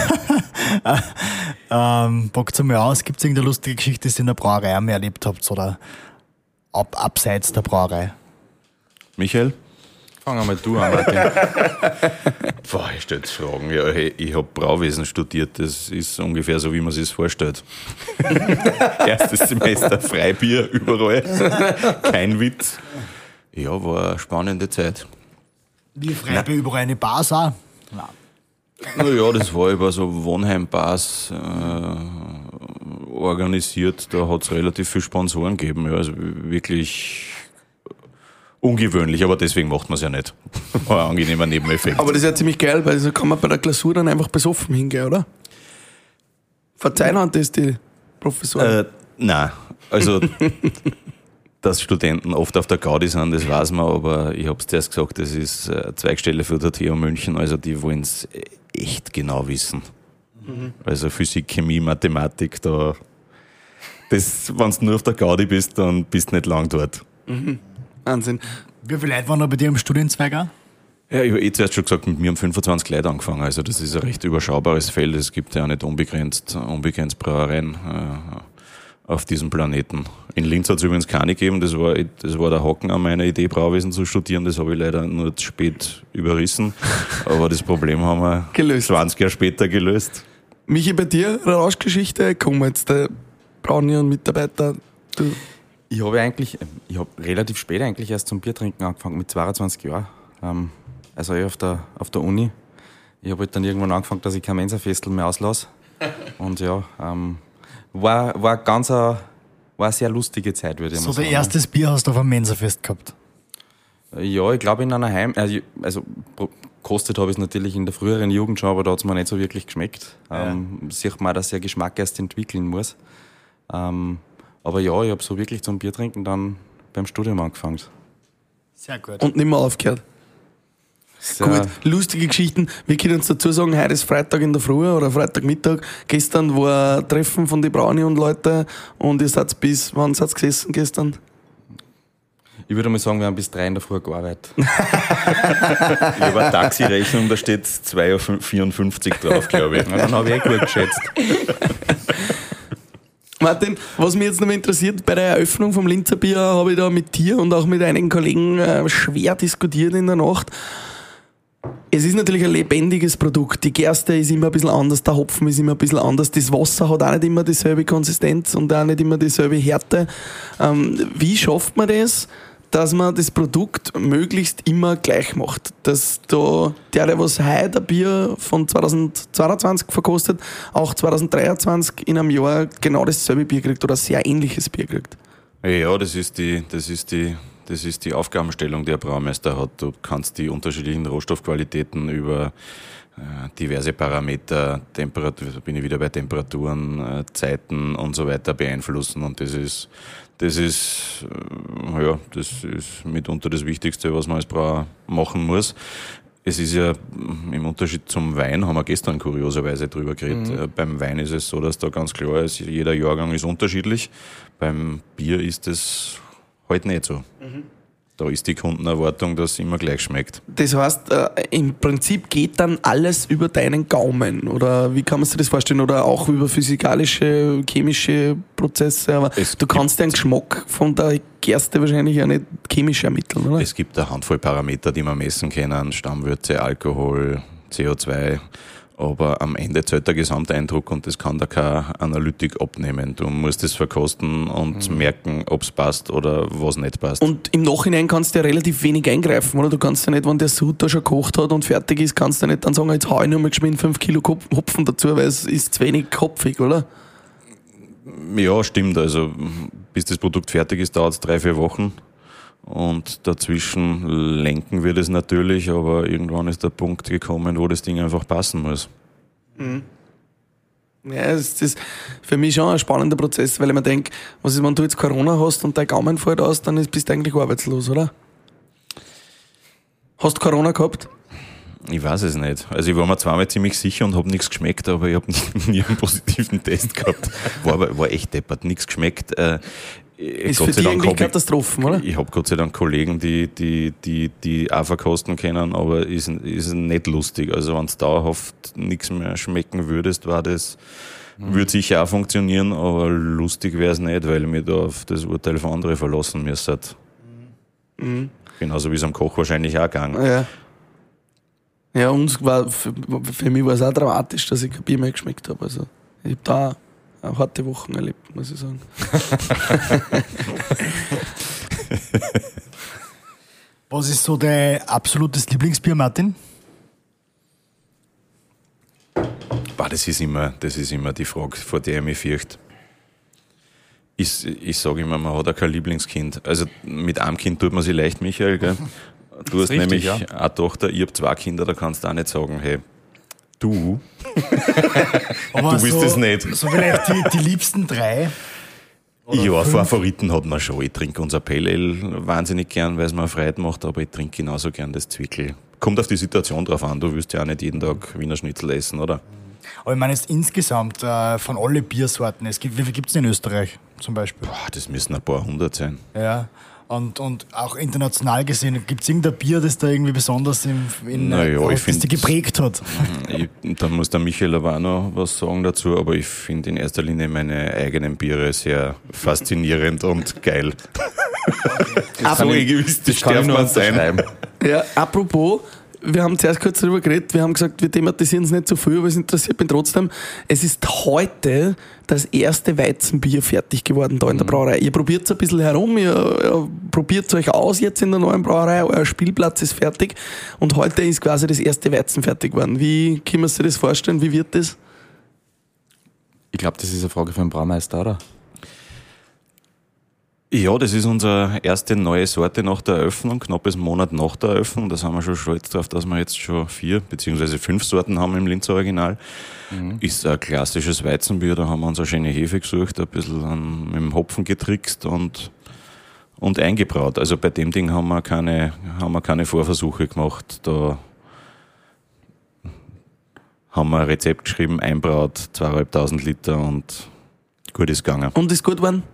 Speaker 3: ähm, Packt's einmal aus. Gibt es irgendeine lustige Geschichte, die ihr in der Brauerei einmal erlebt habt oder ab, abseits der Brauerei?
Speaker 1: Michael?
Speaker 5: Fang einmal du an, Martin.
Speaker 1: Boah, ich stelle jetzt Fragen. Ja, hey, ich habe Brauwesen studiert, das ist ungefähr so, wie man sich vorstellt. Erstes Semester Freibier überall, kein Witz. Ja, war eine spannende Zeit.
Speaker 3: Wie Freibier überall eine Bars auch? Nein.
Speaker 1: Naja, das war über so Wohnheimbars äh, organisiert, da hat es relativ viele Sponsoren gegeben. Ja, also wirklich ungewöhnlich, aber deswegen macht man es ja nicht. War ein angenehmer Nebeneffekt.
Speaker 4: Aber das ist ja ziemlich geil, weil so kann man bei der Klausur dann einfach besoffen hingehen, oder? Verzeihen haben das die Professoren.
Speaker 1: Äh, nein, also dass Studenten oft auf der Gaudi sind, das weiß man, aber ich habe es zuerst gesagt, das ist eine Zweigstelle für der T U München, also die wollen es echt genau wissen. Mhm. Also Physik, Chemie, Mathematik, da das, wenn du nur auf der Gaudi bist, dann bist du nicht lang dort.
Speaker 4: Mhm. Wahnsinn.
Speaker 3: Wie viele Leute waren da bei dir im Studienzweig auch?
Speaker 1: Ja, ich habe eh zuerst schon gesagt, mit mir haben fünfundzwanzig Leute angefangen, also das ist ein recht überschaubares Feld, es gibt ja auch nicht unbegrenzt, unbegrenzt Brauereien äh, auf diesem Planeten. In Linz hat es übrigens keine gegeben, das war, das war der Haken an meiner Idee, Brauwesen zu studieren, das habe ich leider nur zu spät überrissen, aber das Problem haben wir
Speaker 4: gelöst.
Speaker 1: zwanzig Jahre später gelöst.
Speaker 4: Michi, bei dir, Rauschgeschichte, komm jetzt, der Brauni und Mitarbeiter, du...
Speaker 5: Ich habe eigentlich, ich habe relativ spät eigentlich erst zum Biertrinken angefangen, mit zweiundzwanzig Jahren. Ähm, also ich auf der, auf der Uni. Ich habe halt dann irgendwann angefangen, dass ich kein Mensa-Festel mehr auslasse. Und ja, ähm, war, war ganz a, war eine sehr lustige Zeit, würde ich
Speaker 3: So,
Speaker 5: mal sagen.
Speaker 3: dein erstes Bier hast du auf einem Mensafest gehabt?
Speaker 5: Ja, ich glaube in einer Heim, also, also Kostet habe ich es natürlich in der früheren Jugend schon, aber da hat es mir nicht so wirklich geschmeckt.
Speaker 3: Ja.
Speaker 5: Ähm, sieht man, dass der Geschmack erst entwickeln muss. Ähm, aber ja, ich habe so wirklich zum Biertrinken dann beim Studium angefangen.
Speaker 3: Sehr gut.
Speaker 4: Und nicht mehr aufgehört.
Speaker 5: Sehr,
Speaker 4: Gut, lustige Geschichten. Wir können uns dazu sagen, heute ist Freitag in der Früh oder Freitagmittag. Gestern war ein Treffen von die Brauni und Leute und ihr seid bis, wann seid ihr gesessen gestern?
Speaker 5: Ich würde mal sagen, wir haben bis drei in der Früh gearbeitet.
Speaker 1: Ich habe eine Taxirechnung, da steht zwei Uhr vierundfünfzig drauf, glaube ich.
Speaker 5: Ja, dann habe ich eh gut geschätzt.
Speaker 4: Martin, was mich jetzt noch mal interessiert, bei der Eröffnung vom Linzer Bier habe ich da mit dir und auch mit einigen Kollegen äh, schwer diskutiert in der Nacht. Es ist natürlich ein lebendiges Produkt. Die Gerste ist immer ein bisschen anders, der Hopfen ist immer ein bisschen anders, das Wasser hat auch nicht immer dieselbe Konsistenz und auch nicht immer dieselbe Härte. Ähm, wie schafft man das, dass man das Produkt möglichst immer gleich macht? Dass da der, der was heute ein Bier von zweitausendzweiundzwanzig verkostet, auch zweitausenddreiundzwanzig in einem Jahr genau dasselbe Bier kriegt oder ein sehr ähnliches Bier kriegt.
Speaker 1: Ja, das ist die, das ist die, das ist die Aufgabenstellung, die ein Braumeister hat. Du kannst die unterschiedlichen Rohstoffqualitäten über äh, diverse Parameter, Temperatur, bin ich wieder bei Temperaturen, äh, Zeiten und so weiter beeinflussen und das ist, das ist, äh, ja, das ist mitunter das Wichtigste, was man als Brauer machen muss. Es ist ja im Unterschied zum Wein, haben wir gestern kurioserweise drüber geredet. Mhm. Beim Wein ist es so, dass da ganz klar ist, jeder Jahrgang ist unterschiedlich. Beim Bier ist es halt nicht so. Mhm. Da ist die Kundenerwartung, dass es immer gleich schmeckt.
Speaker 4: Das heißt, äh, im Prinzip geht dann alles über deinen Gaumen, oder wie kann man sich das vorstellen? Oder auch über physikalische, chemische Prozesse, aber
Speaker 1: Es
Speaker 4: du kannst den Geschmack von der Gerste wahrscheinlich auch nicht chemisch ermitteln, oder?
Speaker 1: Es gibt eine Handvoll Parameter, die man messen können, Stammwürze, Alkohol, C O zwei, aber am Ende zählt der Gesamteindruck und das kann da keine Analytik abnehmen. Du musst es verkosten und mhm. merken, ob es passt oder was nicht passt.
Speaker 4: Und im Nachhinein kannst du ja relativ wenig eingreifen, oder? Du kannst ja nicht, wenn der Sud da schon gekocht hat und fertig ist, kannst du nicht dann sagen, jetzt hau ich nur mal geschwind fünf Kilo Hopfen dazu, weil es ist zu wenig kopfig, oder?
Speaker 1: Ja, stimmt. Also bis das Produkt fertig ist, dauert es drei, vier Wochen. Und dazwischen lenken wir das natürlich, aber irgendwann ist der Punkt gekommen, wo das Ding einfach passen muss.
Speaker 4: Mhm. Ja, es ist für mich schon ein spannender Prozess, weil ich mir denke, was ist, wenn du jetzt Corona hast und dein Gaumen fällt aus, dann bist du eigentlich arbeitslos, oder? Hast du Corona gehabt?
Speaker 1: Ich weiß es nicht. Also ich war mir zweimal ziemlich sicher und habe nichts geschmeckt, aber ich habe nie einen positiven Test gehabt. War aber war echt deppert, nichts geschmeckt. Äh,
Speaker 4: ist Gott für dich eigentlich Katastrophen, oder?
Speaker 1: Ich, ich habe Gott sei Dank Kollegen, die, die, die, die auch verkosten können, aber ist, ist nicht lustig. Also wenn du dauerhaft nichts mehr schmecken würdest, war das, mhm. würde sicher auch funktionieren, aber lustig wäre es nicht, weil ich mich da auf das Urteil von anderen verlassen müsste. Mhm. Genauso wie es am Koch wahrscheinlich auch gegangen.
Speaker 4: Ja. Ja, uns war, für, für mich war es auch dramatisch, dass ich kein Bier mehr geschmeckt habe. Also, ich habe da auch harte Wochen erlebt, muss ich sagen.
Speaker 3: Was ist so dein absolutes Lieblingsbier, Martin?
Speaker 1: Boah, das ist immer, das ist immer die Frage, vor der ich mich fürchte. Ich, ich sage immer, man hat auch kein Lieblingskind. Also mit einem Kind tut man sich leicht, Michael, gell? Du hast richtig, nämlich ja. eine Tochter, ich habe zwei Kinder, da kannst du auch nicht sagen, hey, du,
Speaker 3: aber
Speaker 1: du bist
Speaker 3: so,
Speaker 1: es nicht.
Speaker 3: So vielleicht die, die liebsten drei?
Speaker 1: Ja, fünf? Favoriten hat man schon. Ich trinke unser Pale Ale wahnsinnig gern, weil es mir Freude macht, aber ich trinke genauso gern das Zwickel. Kommt auf die Situation drauf an, du willst ja auch nicht jeden Tag Wiener Schnitzel essen, oder?
Speaker 3: Aber ich meine jetzt insgesamt äh, von alle Biersorten, es gibt, wie viel gibt es in Österreich zum Beispiel?
Speaker 1: Boah, das müssen ein paar hundert sein.
Speaker 3: Ja. Und, und auch international gesehen, gibt es irgendein Bier, das da irgendwie besonders in, in
Speaker 1: naja,
Speaker 3: äh,
Speaker 1: ich find,
Speaker 3: das geprägt hat?
Speaker 1: Ich, da muss der Michael aber auch noch was sagen dazu, aber ich finde in erster Linie meine eigenen Biere sehr faszinierend und geil.
Speaker 5: Das so egoistisch darf man sein.
Speaker 4: Ja, apropos, wir haben zuerst kurz darüber geredet, wir haben gesagt, wir thematisieren es nicht so viel, aber es interessiert mich trotzdem. Es ist heute das erste Weizenbier fertig geworden da in der Brauerei. Ihr probiert es ein bisschen herum, ihr, ihr probiert es euch aus jetzt in der neuen Brauerei, euer Spielplatz ist fertig und heute ist quasi das erste Weizen fertig geworden. Wie kann man sich das vorstellen, wie wird das?
Speaker 5: Ich glaube, das ist eine Frage für einen Braumeister, oder?
Speaker 1: Ja, das ist unsere erste neue Sorte nach der Eröffnung, knappes Monat nach der Eröffnung. Da sind wir schon stolz drauf, dass wir jetzt schon vier beziehungsweise fünf Sorten haben im Linzer Original. Mhm. Ist ein klassisches Weizenbier, da haben wir uns eine schöne Hefe gesucht, ein bisschen an, mit dem Hopfen getrickst und, und eingebraut. Also bei dem Ding haben wir keine, haben wir keine Vorversuche gemacht. Da haben wir ein Rezept geschrieben, einbraut, zweitausendfünfhundert Liter und gut ist gegangen.
Speaker 4: Und ist gut geworden?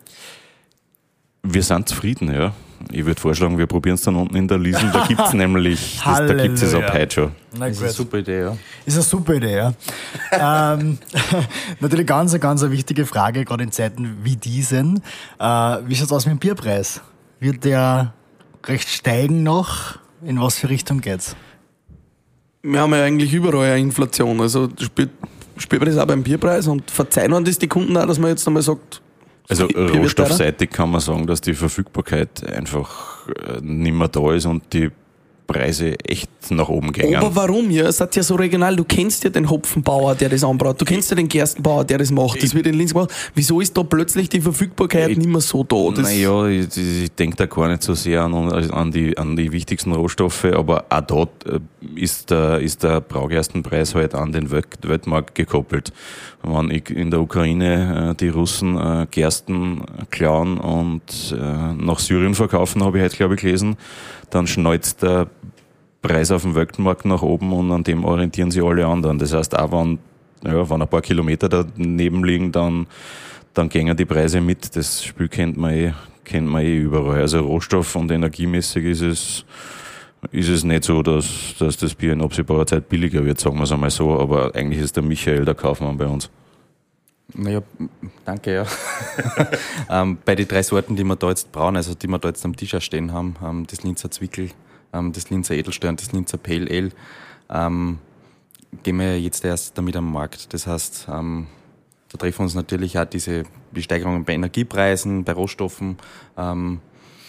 Speaker 1: Wir sind zufrieden, ja. Ich würde vorschlagen, wir probieren es dann unten in der Liesel. Da gibt es nämlich, das, da gibt es ab heute schon.
Speaker 5: Das ist eine super Idee, ja.
Speaker 3: Ist eine super Idee, ja. ähm, natürlich ganz, eine ganz eine wichtige Frage, gerade in Zeiten wie diesen. Äh, wie schaut es aus mit dem Bierpreis? Wird der recht steigen noch? In was für Richtung geht's?
Speaker 4: Wir haben ja eigentlich überall eine Inflation. Also spielt, spielt man das auch beim Bierpreis und verzeihen uns das die Kunden auch, dass man jetzt einmal sagt,
Speaker 1: also rohstoffseitig kann man sagen, dass die Verfügbarkeit einfach nicht mehr da ist und die Preise echt nach oben gehen.
Speaker 4: Aber warum? Ja, es ist ja so regional. Du kennst ja den Hopfenbauer, der das anbraut. Du kennst ja den Gerstenbauer, der das macht. Das wird in Linz gemacht. Wieso ist da plötzlich die Verfügbarkeit ich, nicht mehr so da? Das
Speaker 1: naja, ich, ich denke da gar nicht so sehr an, an, die, an die wichtigsten Rohstoffe, aber auch dort ist der, ist der Braugerstenpreis halt an den Weltmarkt gekoppelt. Wenn ich in der Ukraine die Russen Gersten klauen und nach Syrien verkaufen, habe ich heute, glaube ich, gelesen, dann schnallt der Preis auf dem Weltmarkt nach oben und an dem orientieren sich alle anderen. Das heißt, auch wenn, ja, wenn ein paar Kilometer daneben liegen, dann, dann gehen die Preise mit. Das Spiel kennt man eh, kennt man eh überall. Also rohstoff- und energiemäßig ist es, ist es nicht so, dass, dass das Bier in absehbarer Zeit billiger wird, sagen wir es einmal so. Aber eigentlich ist der Michael der Kaufmann bei uns.
Speaker 5: Naja, danke, ja. ähm, bei den drei Sorten, die wir da jetzt brauen, also die wir da jetzt am Tisch stehen haben, ähm, das Linzer Zwickel, ähm, das Linzer Edelstern und das Linzer Pale Ale, ähm, gehen wir jetzt erst damit am Markt. Das heißt, ähm, da treffen uns natürlich auch diese Besteigerungen bei Energiepreisen, bei Rohstoffen. Ähm,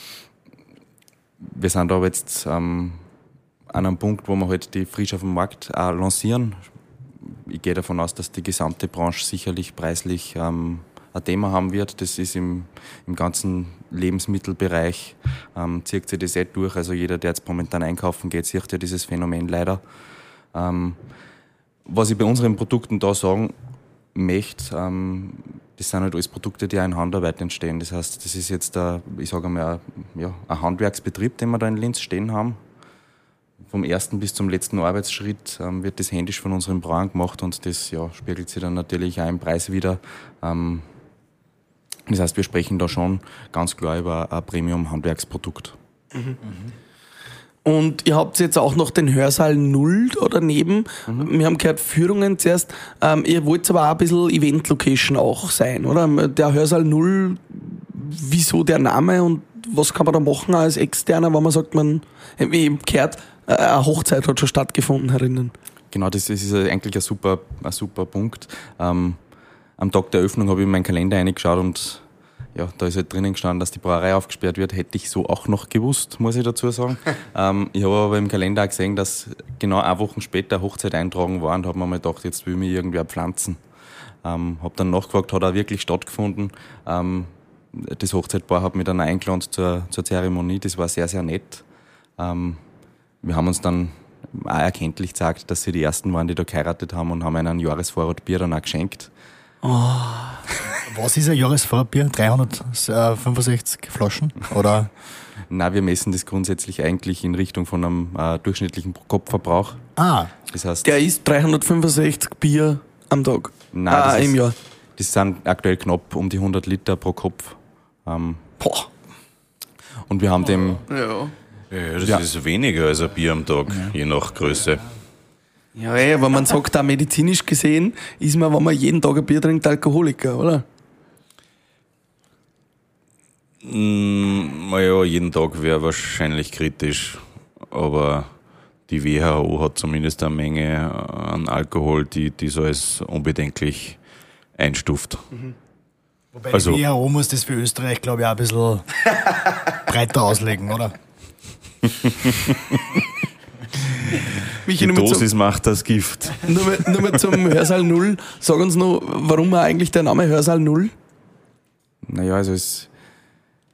Speaker 5: wir sind aber jetzt ähm, an einem Punkt, wo wir halt die frisch auf dem Markt auch lancieren. Ich gehe davon aus, dass die gesamte Branche sicherlich preislich ähm, ein Thema haben wird. Das ist im, im ganzen Lebensmittelbereich, ähm, zieht sich das eh durch. Also jeder, der jetzt momentan einkaufen geht, sieht ja dieses Phänomen leider. Ähm, was ich bei unseren Produkten da sagen möchte, ähm, das sind halt alles Produkte, die auch in Handarbeit entstehen. Das heißt, das ist jetzt, ein, ich sage mal, ein, ja, ein Handwerksbetrieb, den wir da in Linz stehen haben. Vom ersten bis zum letzten Arbeitsschritt ähm, wird das händisch von unseren Brauern gemacht und das ja, spiegelt sich dann natürlich auch im Preis wieder. Ähm, das heißt, wir sprechen da schon ganz klar über ein Premium-Handwerksprodukt.
Speaker 4: Mhm. Und ihr habt jetzt auch noch den Hörsaal null da daneben. Mhm. Wir haben gehört, Führungen zuerst. Ähm, ihr wollt aber auch ein bisschen Event-Location auch sein, oder? Der Hörsaal null, wieso der Name und was kann man da machen als Externer, wenn man sagt, man, wie eben gehört, eine Hochzeit hat schon stattgefunden herinnen.
Speaker 5: Genau, das ist eigentlich ein super, ein super Punkt. Ähm, am Tag der Eröffnung habe ich in meinen Kalender reingeschaut und ja, da ist halt drinnen gestanden, dass die Brauerei aufgesperrt wird. Hätte ich so auch noch gewusst, muss ich dazu sagen. ähm, ich habe aber im Kalender auch gesehen, dass genau eine Woche später eine Hochzeit eintragen war und habe mir mal gedacht, jetzt will mich irgendwer pflanzen. Ähm, habe dann nachgefragt, hat auch wirklich stattgefunden. Ähm, das Hochzeitpaar hat mich dann eingeladen zur, zur Zeremonie, das war sehr, sehr nett. Ähm, Wir haben uns dann auch erkenntlich gesagt, dass sie die Ersten waren, die da geheiratet haben und haben einen Jahresvorrat Bier dann auch geschenkt.
Speaker 3: Oh. Was ist ein Jahresvorrat-Bier? dreihundertfünfundsechzig Flaschen? Oder?
Speaker 5: Nein, wir messen das grundsätzlich eigentlich in Richtung von einem äh, durchschnittlichen Pro-Kopf-Verbrauch.
Speaker 3: Ah.
Speaker 5: Das heißt,
Speaker 4: der ist dreihundertfünfundsechzig Bier am Tag?
Speaker 5: Nein,
Speaker 4: ah,
Speaker 5: das
Speaker 4: im
Speaker 5: ist,
Speaker 4: Jahr.
Speaker 5: Das sind aktuell knapp um die hundert Liter pro Kopf. Ähm,
Speaker 4: Boah.
Speaker 5: Und wir haben dem...
Speaker 4: Ja.
Speaker 1: Ja, das
Speaker 5: ja.
Speaker 1: ist weniger als ein Bier am Tag, ja. Je nach Größe.
Speaker 4: Ja, ey, wenn man sagt, auch medizinisch gesehen, ist man, wenn man jeden Tag ein Bier trinkt, Alkoholiker, oder?
Speaker 1: Mm, naja, jeden Tag wäre wahrscheinlich kritisch, aber die W H O hat zumindest eine Menge an Alkohol, die das als unbedenklich einstuft.
Speaker 3: Mhm. Wobei
Speaker 1: also,
Speaker 3: die W H O muss das für Österreich, glaube ich, auch ein bisschen breiter auslegen, oder?
Speaker 1: Die Dosis zum, macht das Gift.
Speaker 4: Nur mal, nur mal zum Hörsaal null. Sag uns noch, warum eigentlich der Name Hörsaal null?
Speaker 5: Naja, also es,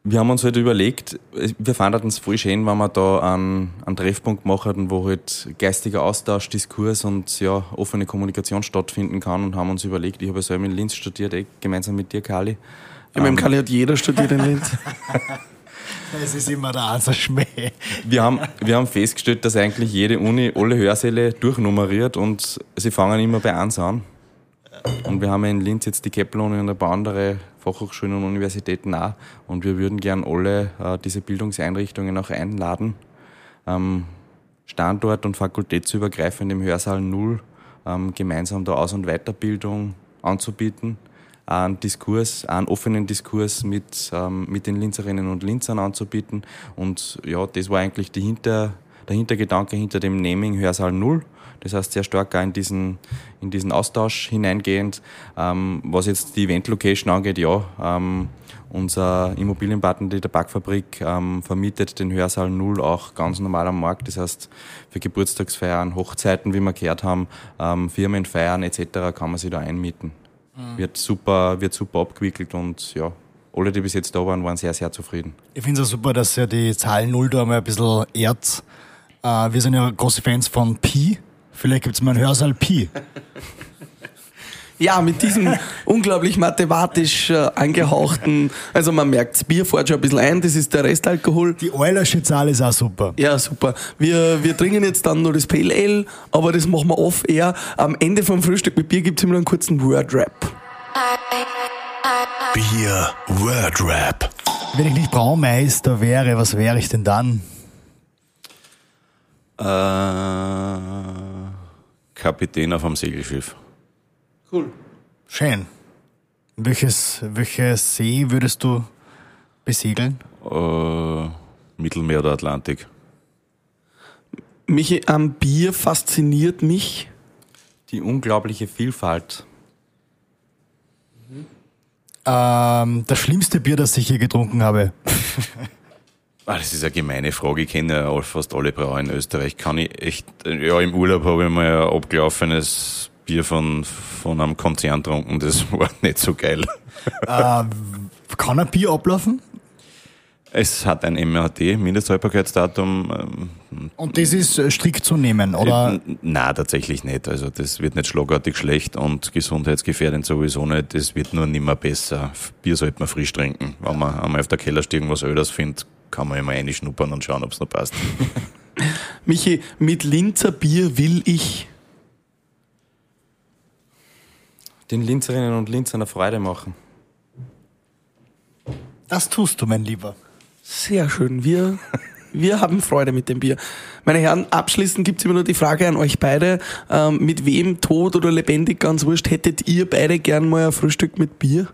Speaker 5: Wir haben uns halt überlegt, wir fanden es voll schön, wenn wir da einen, einen Treffpunkt machen, wo halt geistiger Austausch, Diskurs und ja, offene Kommunikation stattfinden kann und haben uns überlegt, ich habe ja selber in Linz studiert, eh, gemeinsam mit dir, Kali.
Speaker 4: Ja, mit dem Kali hat jeder studiert in Linz.
Speaker 3: Es ist immer der Ansatzschmäh.
Speaker 5: Wir haben, wir haben festgestellt, dass eigentlich jede Uni alle Hörsäle durchnummeriert und sie fangen immer bei eins an. Und wir haben ja in Linz jetzt die Kepler-Uni und ein paar andere Fachhochschulen und Universitäten auch. Und wir würden gern alle äh, diese Bildungseinrichtungen auch einladen, ähm, Standort- und fakultätsübergreifend im Hörsaal null ähm, gemeinsam da Aus- und Weiterbildung anzubieten, einen Diskurs, einen offenen Diskurs mit, ähm, mit den Linzerinnen und Linzern anzubieten. Und ja, das war eigentlich die Hinter, der Hintergedanke hinter dem Naming Hörsaal null. Das heißt, sehr stark auch in diesen, in diesen Austausch hineingehend. Ähm, was jetzt die Event-Location angeht, ja, ähm, unser Immobilienpartner, die Tabakfabrik, ähm, vermietet den Hörsaal null auch ganz normal am Markt. Das heißt, für Geburtstagsfeiern, Hochzeiten, wie wir gehört haben, ähm, Firmenfeiern et cetera kann man sich da einmieten. Mhm. Wird super, wird super abgewickelt und ja, alle, die bis jetzt da waren, waren sehr, sehr zufrieden.
Speaker 3: Ich finde es auch super, dass ja die Zahl null da mal ein bisschen ehrt. Äh, wir sind ja große Fans von Pi. Vielleicht gibt es mal einen Hörsaal Pi.
Speaker 4: Ja, mit diesem unglaublich mathematisch äh, angehauchten, also man merkt, das Bier fährt schon ein bisschen ein, das ist der Restalkohol.
Speaker 3: Die Eulersche Zahl ist auch super.
Speaker 4: Ja, super. Wir, wir trinken jetzt dann noch das Pale Ale, aber das machen wir off-air. Am Ende vom Frühstück mit Bier gibt es immer noch einen kurzen Word-Rap.
Speaker 2: Bier Word-Rap.
Speaker 3: Wenn ich nicht Braumeister wäre, was wäre ich denn dann?
Speaker 1: Äh, Kapitän auf einem Segelschiff.
Speaker 4: Cool.
Speaker 3: Schön. Welches, welches See würdest du besegeln?
Speaker 1: Äh, Mittelmeer oder Atlantik?
Speaker 4: Michi, am Bier fasziniert mich
Speaker 5: Die unglaubliche Vielfalt.
Speaker 3: Ähm, das schlimmste Bier, das ich je getrunken habe.
Speaker 1: Ah, das ist eine gemeine Frage. Ich kenne ja fast alle Brauer in Österreich. Kann ich echt, ja, im Urlaub habe ich mal ein abgelaufenes Bier von, von einem Konzern getrunken. Das war nicht so geil.
Speaker 3: äh, kann ein Bier ablaufen?
Speaker 1: Es hat ein M H D, Mindesthaltbarkeitsdatum.
Speaker 3: Und das ist strikt zu nehmen, oder?
Speaker 1: Nein, tatsächlich nicht. Also das wird nicht schlagartig schlecht und gesundheitsgefährdend sowieso nicht. Das wird nur nimmer besser. Bier sollte man frisch trinken. Wenn man einmal auf der Kellerstiegen was Ödes findet, kann man immer reinschnuppern und schauen, ob es noch passt.
Speaker 4: Michi, mit Linzer Bier will ich
Speaker 5: Den Linzerinnen und Linzern eine Freude machen.
Speaker 3: Das tust du, mein Lieber.
Speaker 4: Sehr schön. Wir, wir haben Freude mit dem Bier. Meine Herren, abschließend gibt es immer nur die Frage an euch beide. Ähm, mit wem, tot oder lebendig, ganz wurscht, hättet ihr beide gern mal ein Frühstück mit Bier?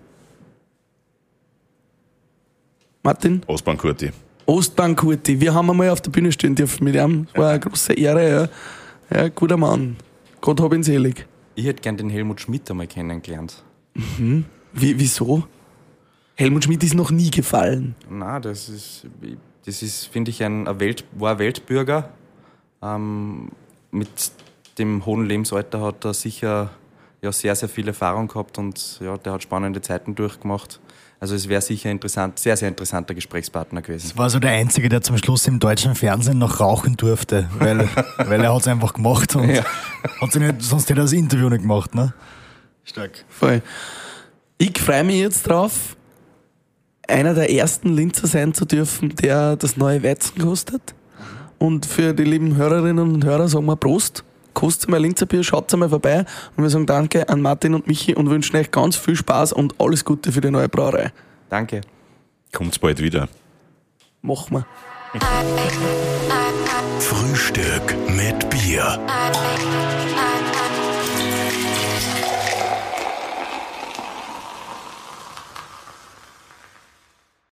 Speaker 4: Martin?
Speaker 1: Ostbahn Kurti.
Speaker 4: Ostbahn Kurti. Wir haben einmal auf der Bühne stehen dürfen mit ihm. Das war eine große Ehre. Ja, ja, guter Mann. Gott hab ihn selig.
Speaker 5: Ich hätte gern den Helmut Schmidt einmal kennengelernt.
Speaker 4: Mhm. Wie, wieso? Helmut Schmidt ist noch nie gefallen.
Speaker 5: Na, das ist, das ist, finde ich, ein, ein Welt, war ein Weltbürger. Ähm, mit dem hohen Lebensalter hat er sicher ja, sehr, sehr viel Erfahrung gehabt und ja, der hat spannende Zeiten durchgemacht. Also es wäre sicher interessant, sehr, sehr interessanter Gesprächspartner gewesen.
Speaker 3: Das war so der Einzige, der zum Schluss im deutschen Fernsehen noch rauchen durfte, weil, weil er hat es einfach gemacht und
Speaker 5: Ja.
Speaker 3: hat sich nicht, sonst hätte er das Interview nicht gemacht. Ne? Stark.
Speaker 4: Voll. Ich freue mich jetzt drauf, einer der ersten Linzer sein zu dürfen, der das neue Weizen kostet. Und für die lieben Hörerinnen und Hörer sagen wir Prost. Kostet mal Linzer Bier, schaut mal vorbei. Und wir sagen Danke an Martin und Michi und wünschen euch ganz viel Spaß und alles Gute für die neue Brauerei.
Speaker 5: Danke.
Speaker 1: Kommt's bald wieder.
Speaker 4: Machen wir.
Speaker 2: Frühstück mit Bier.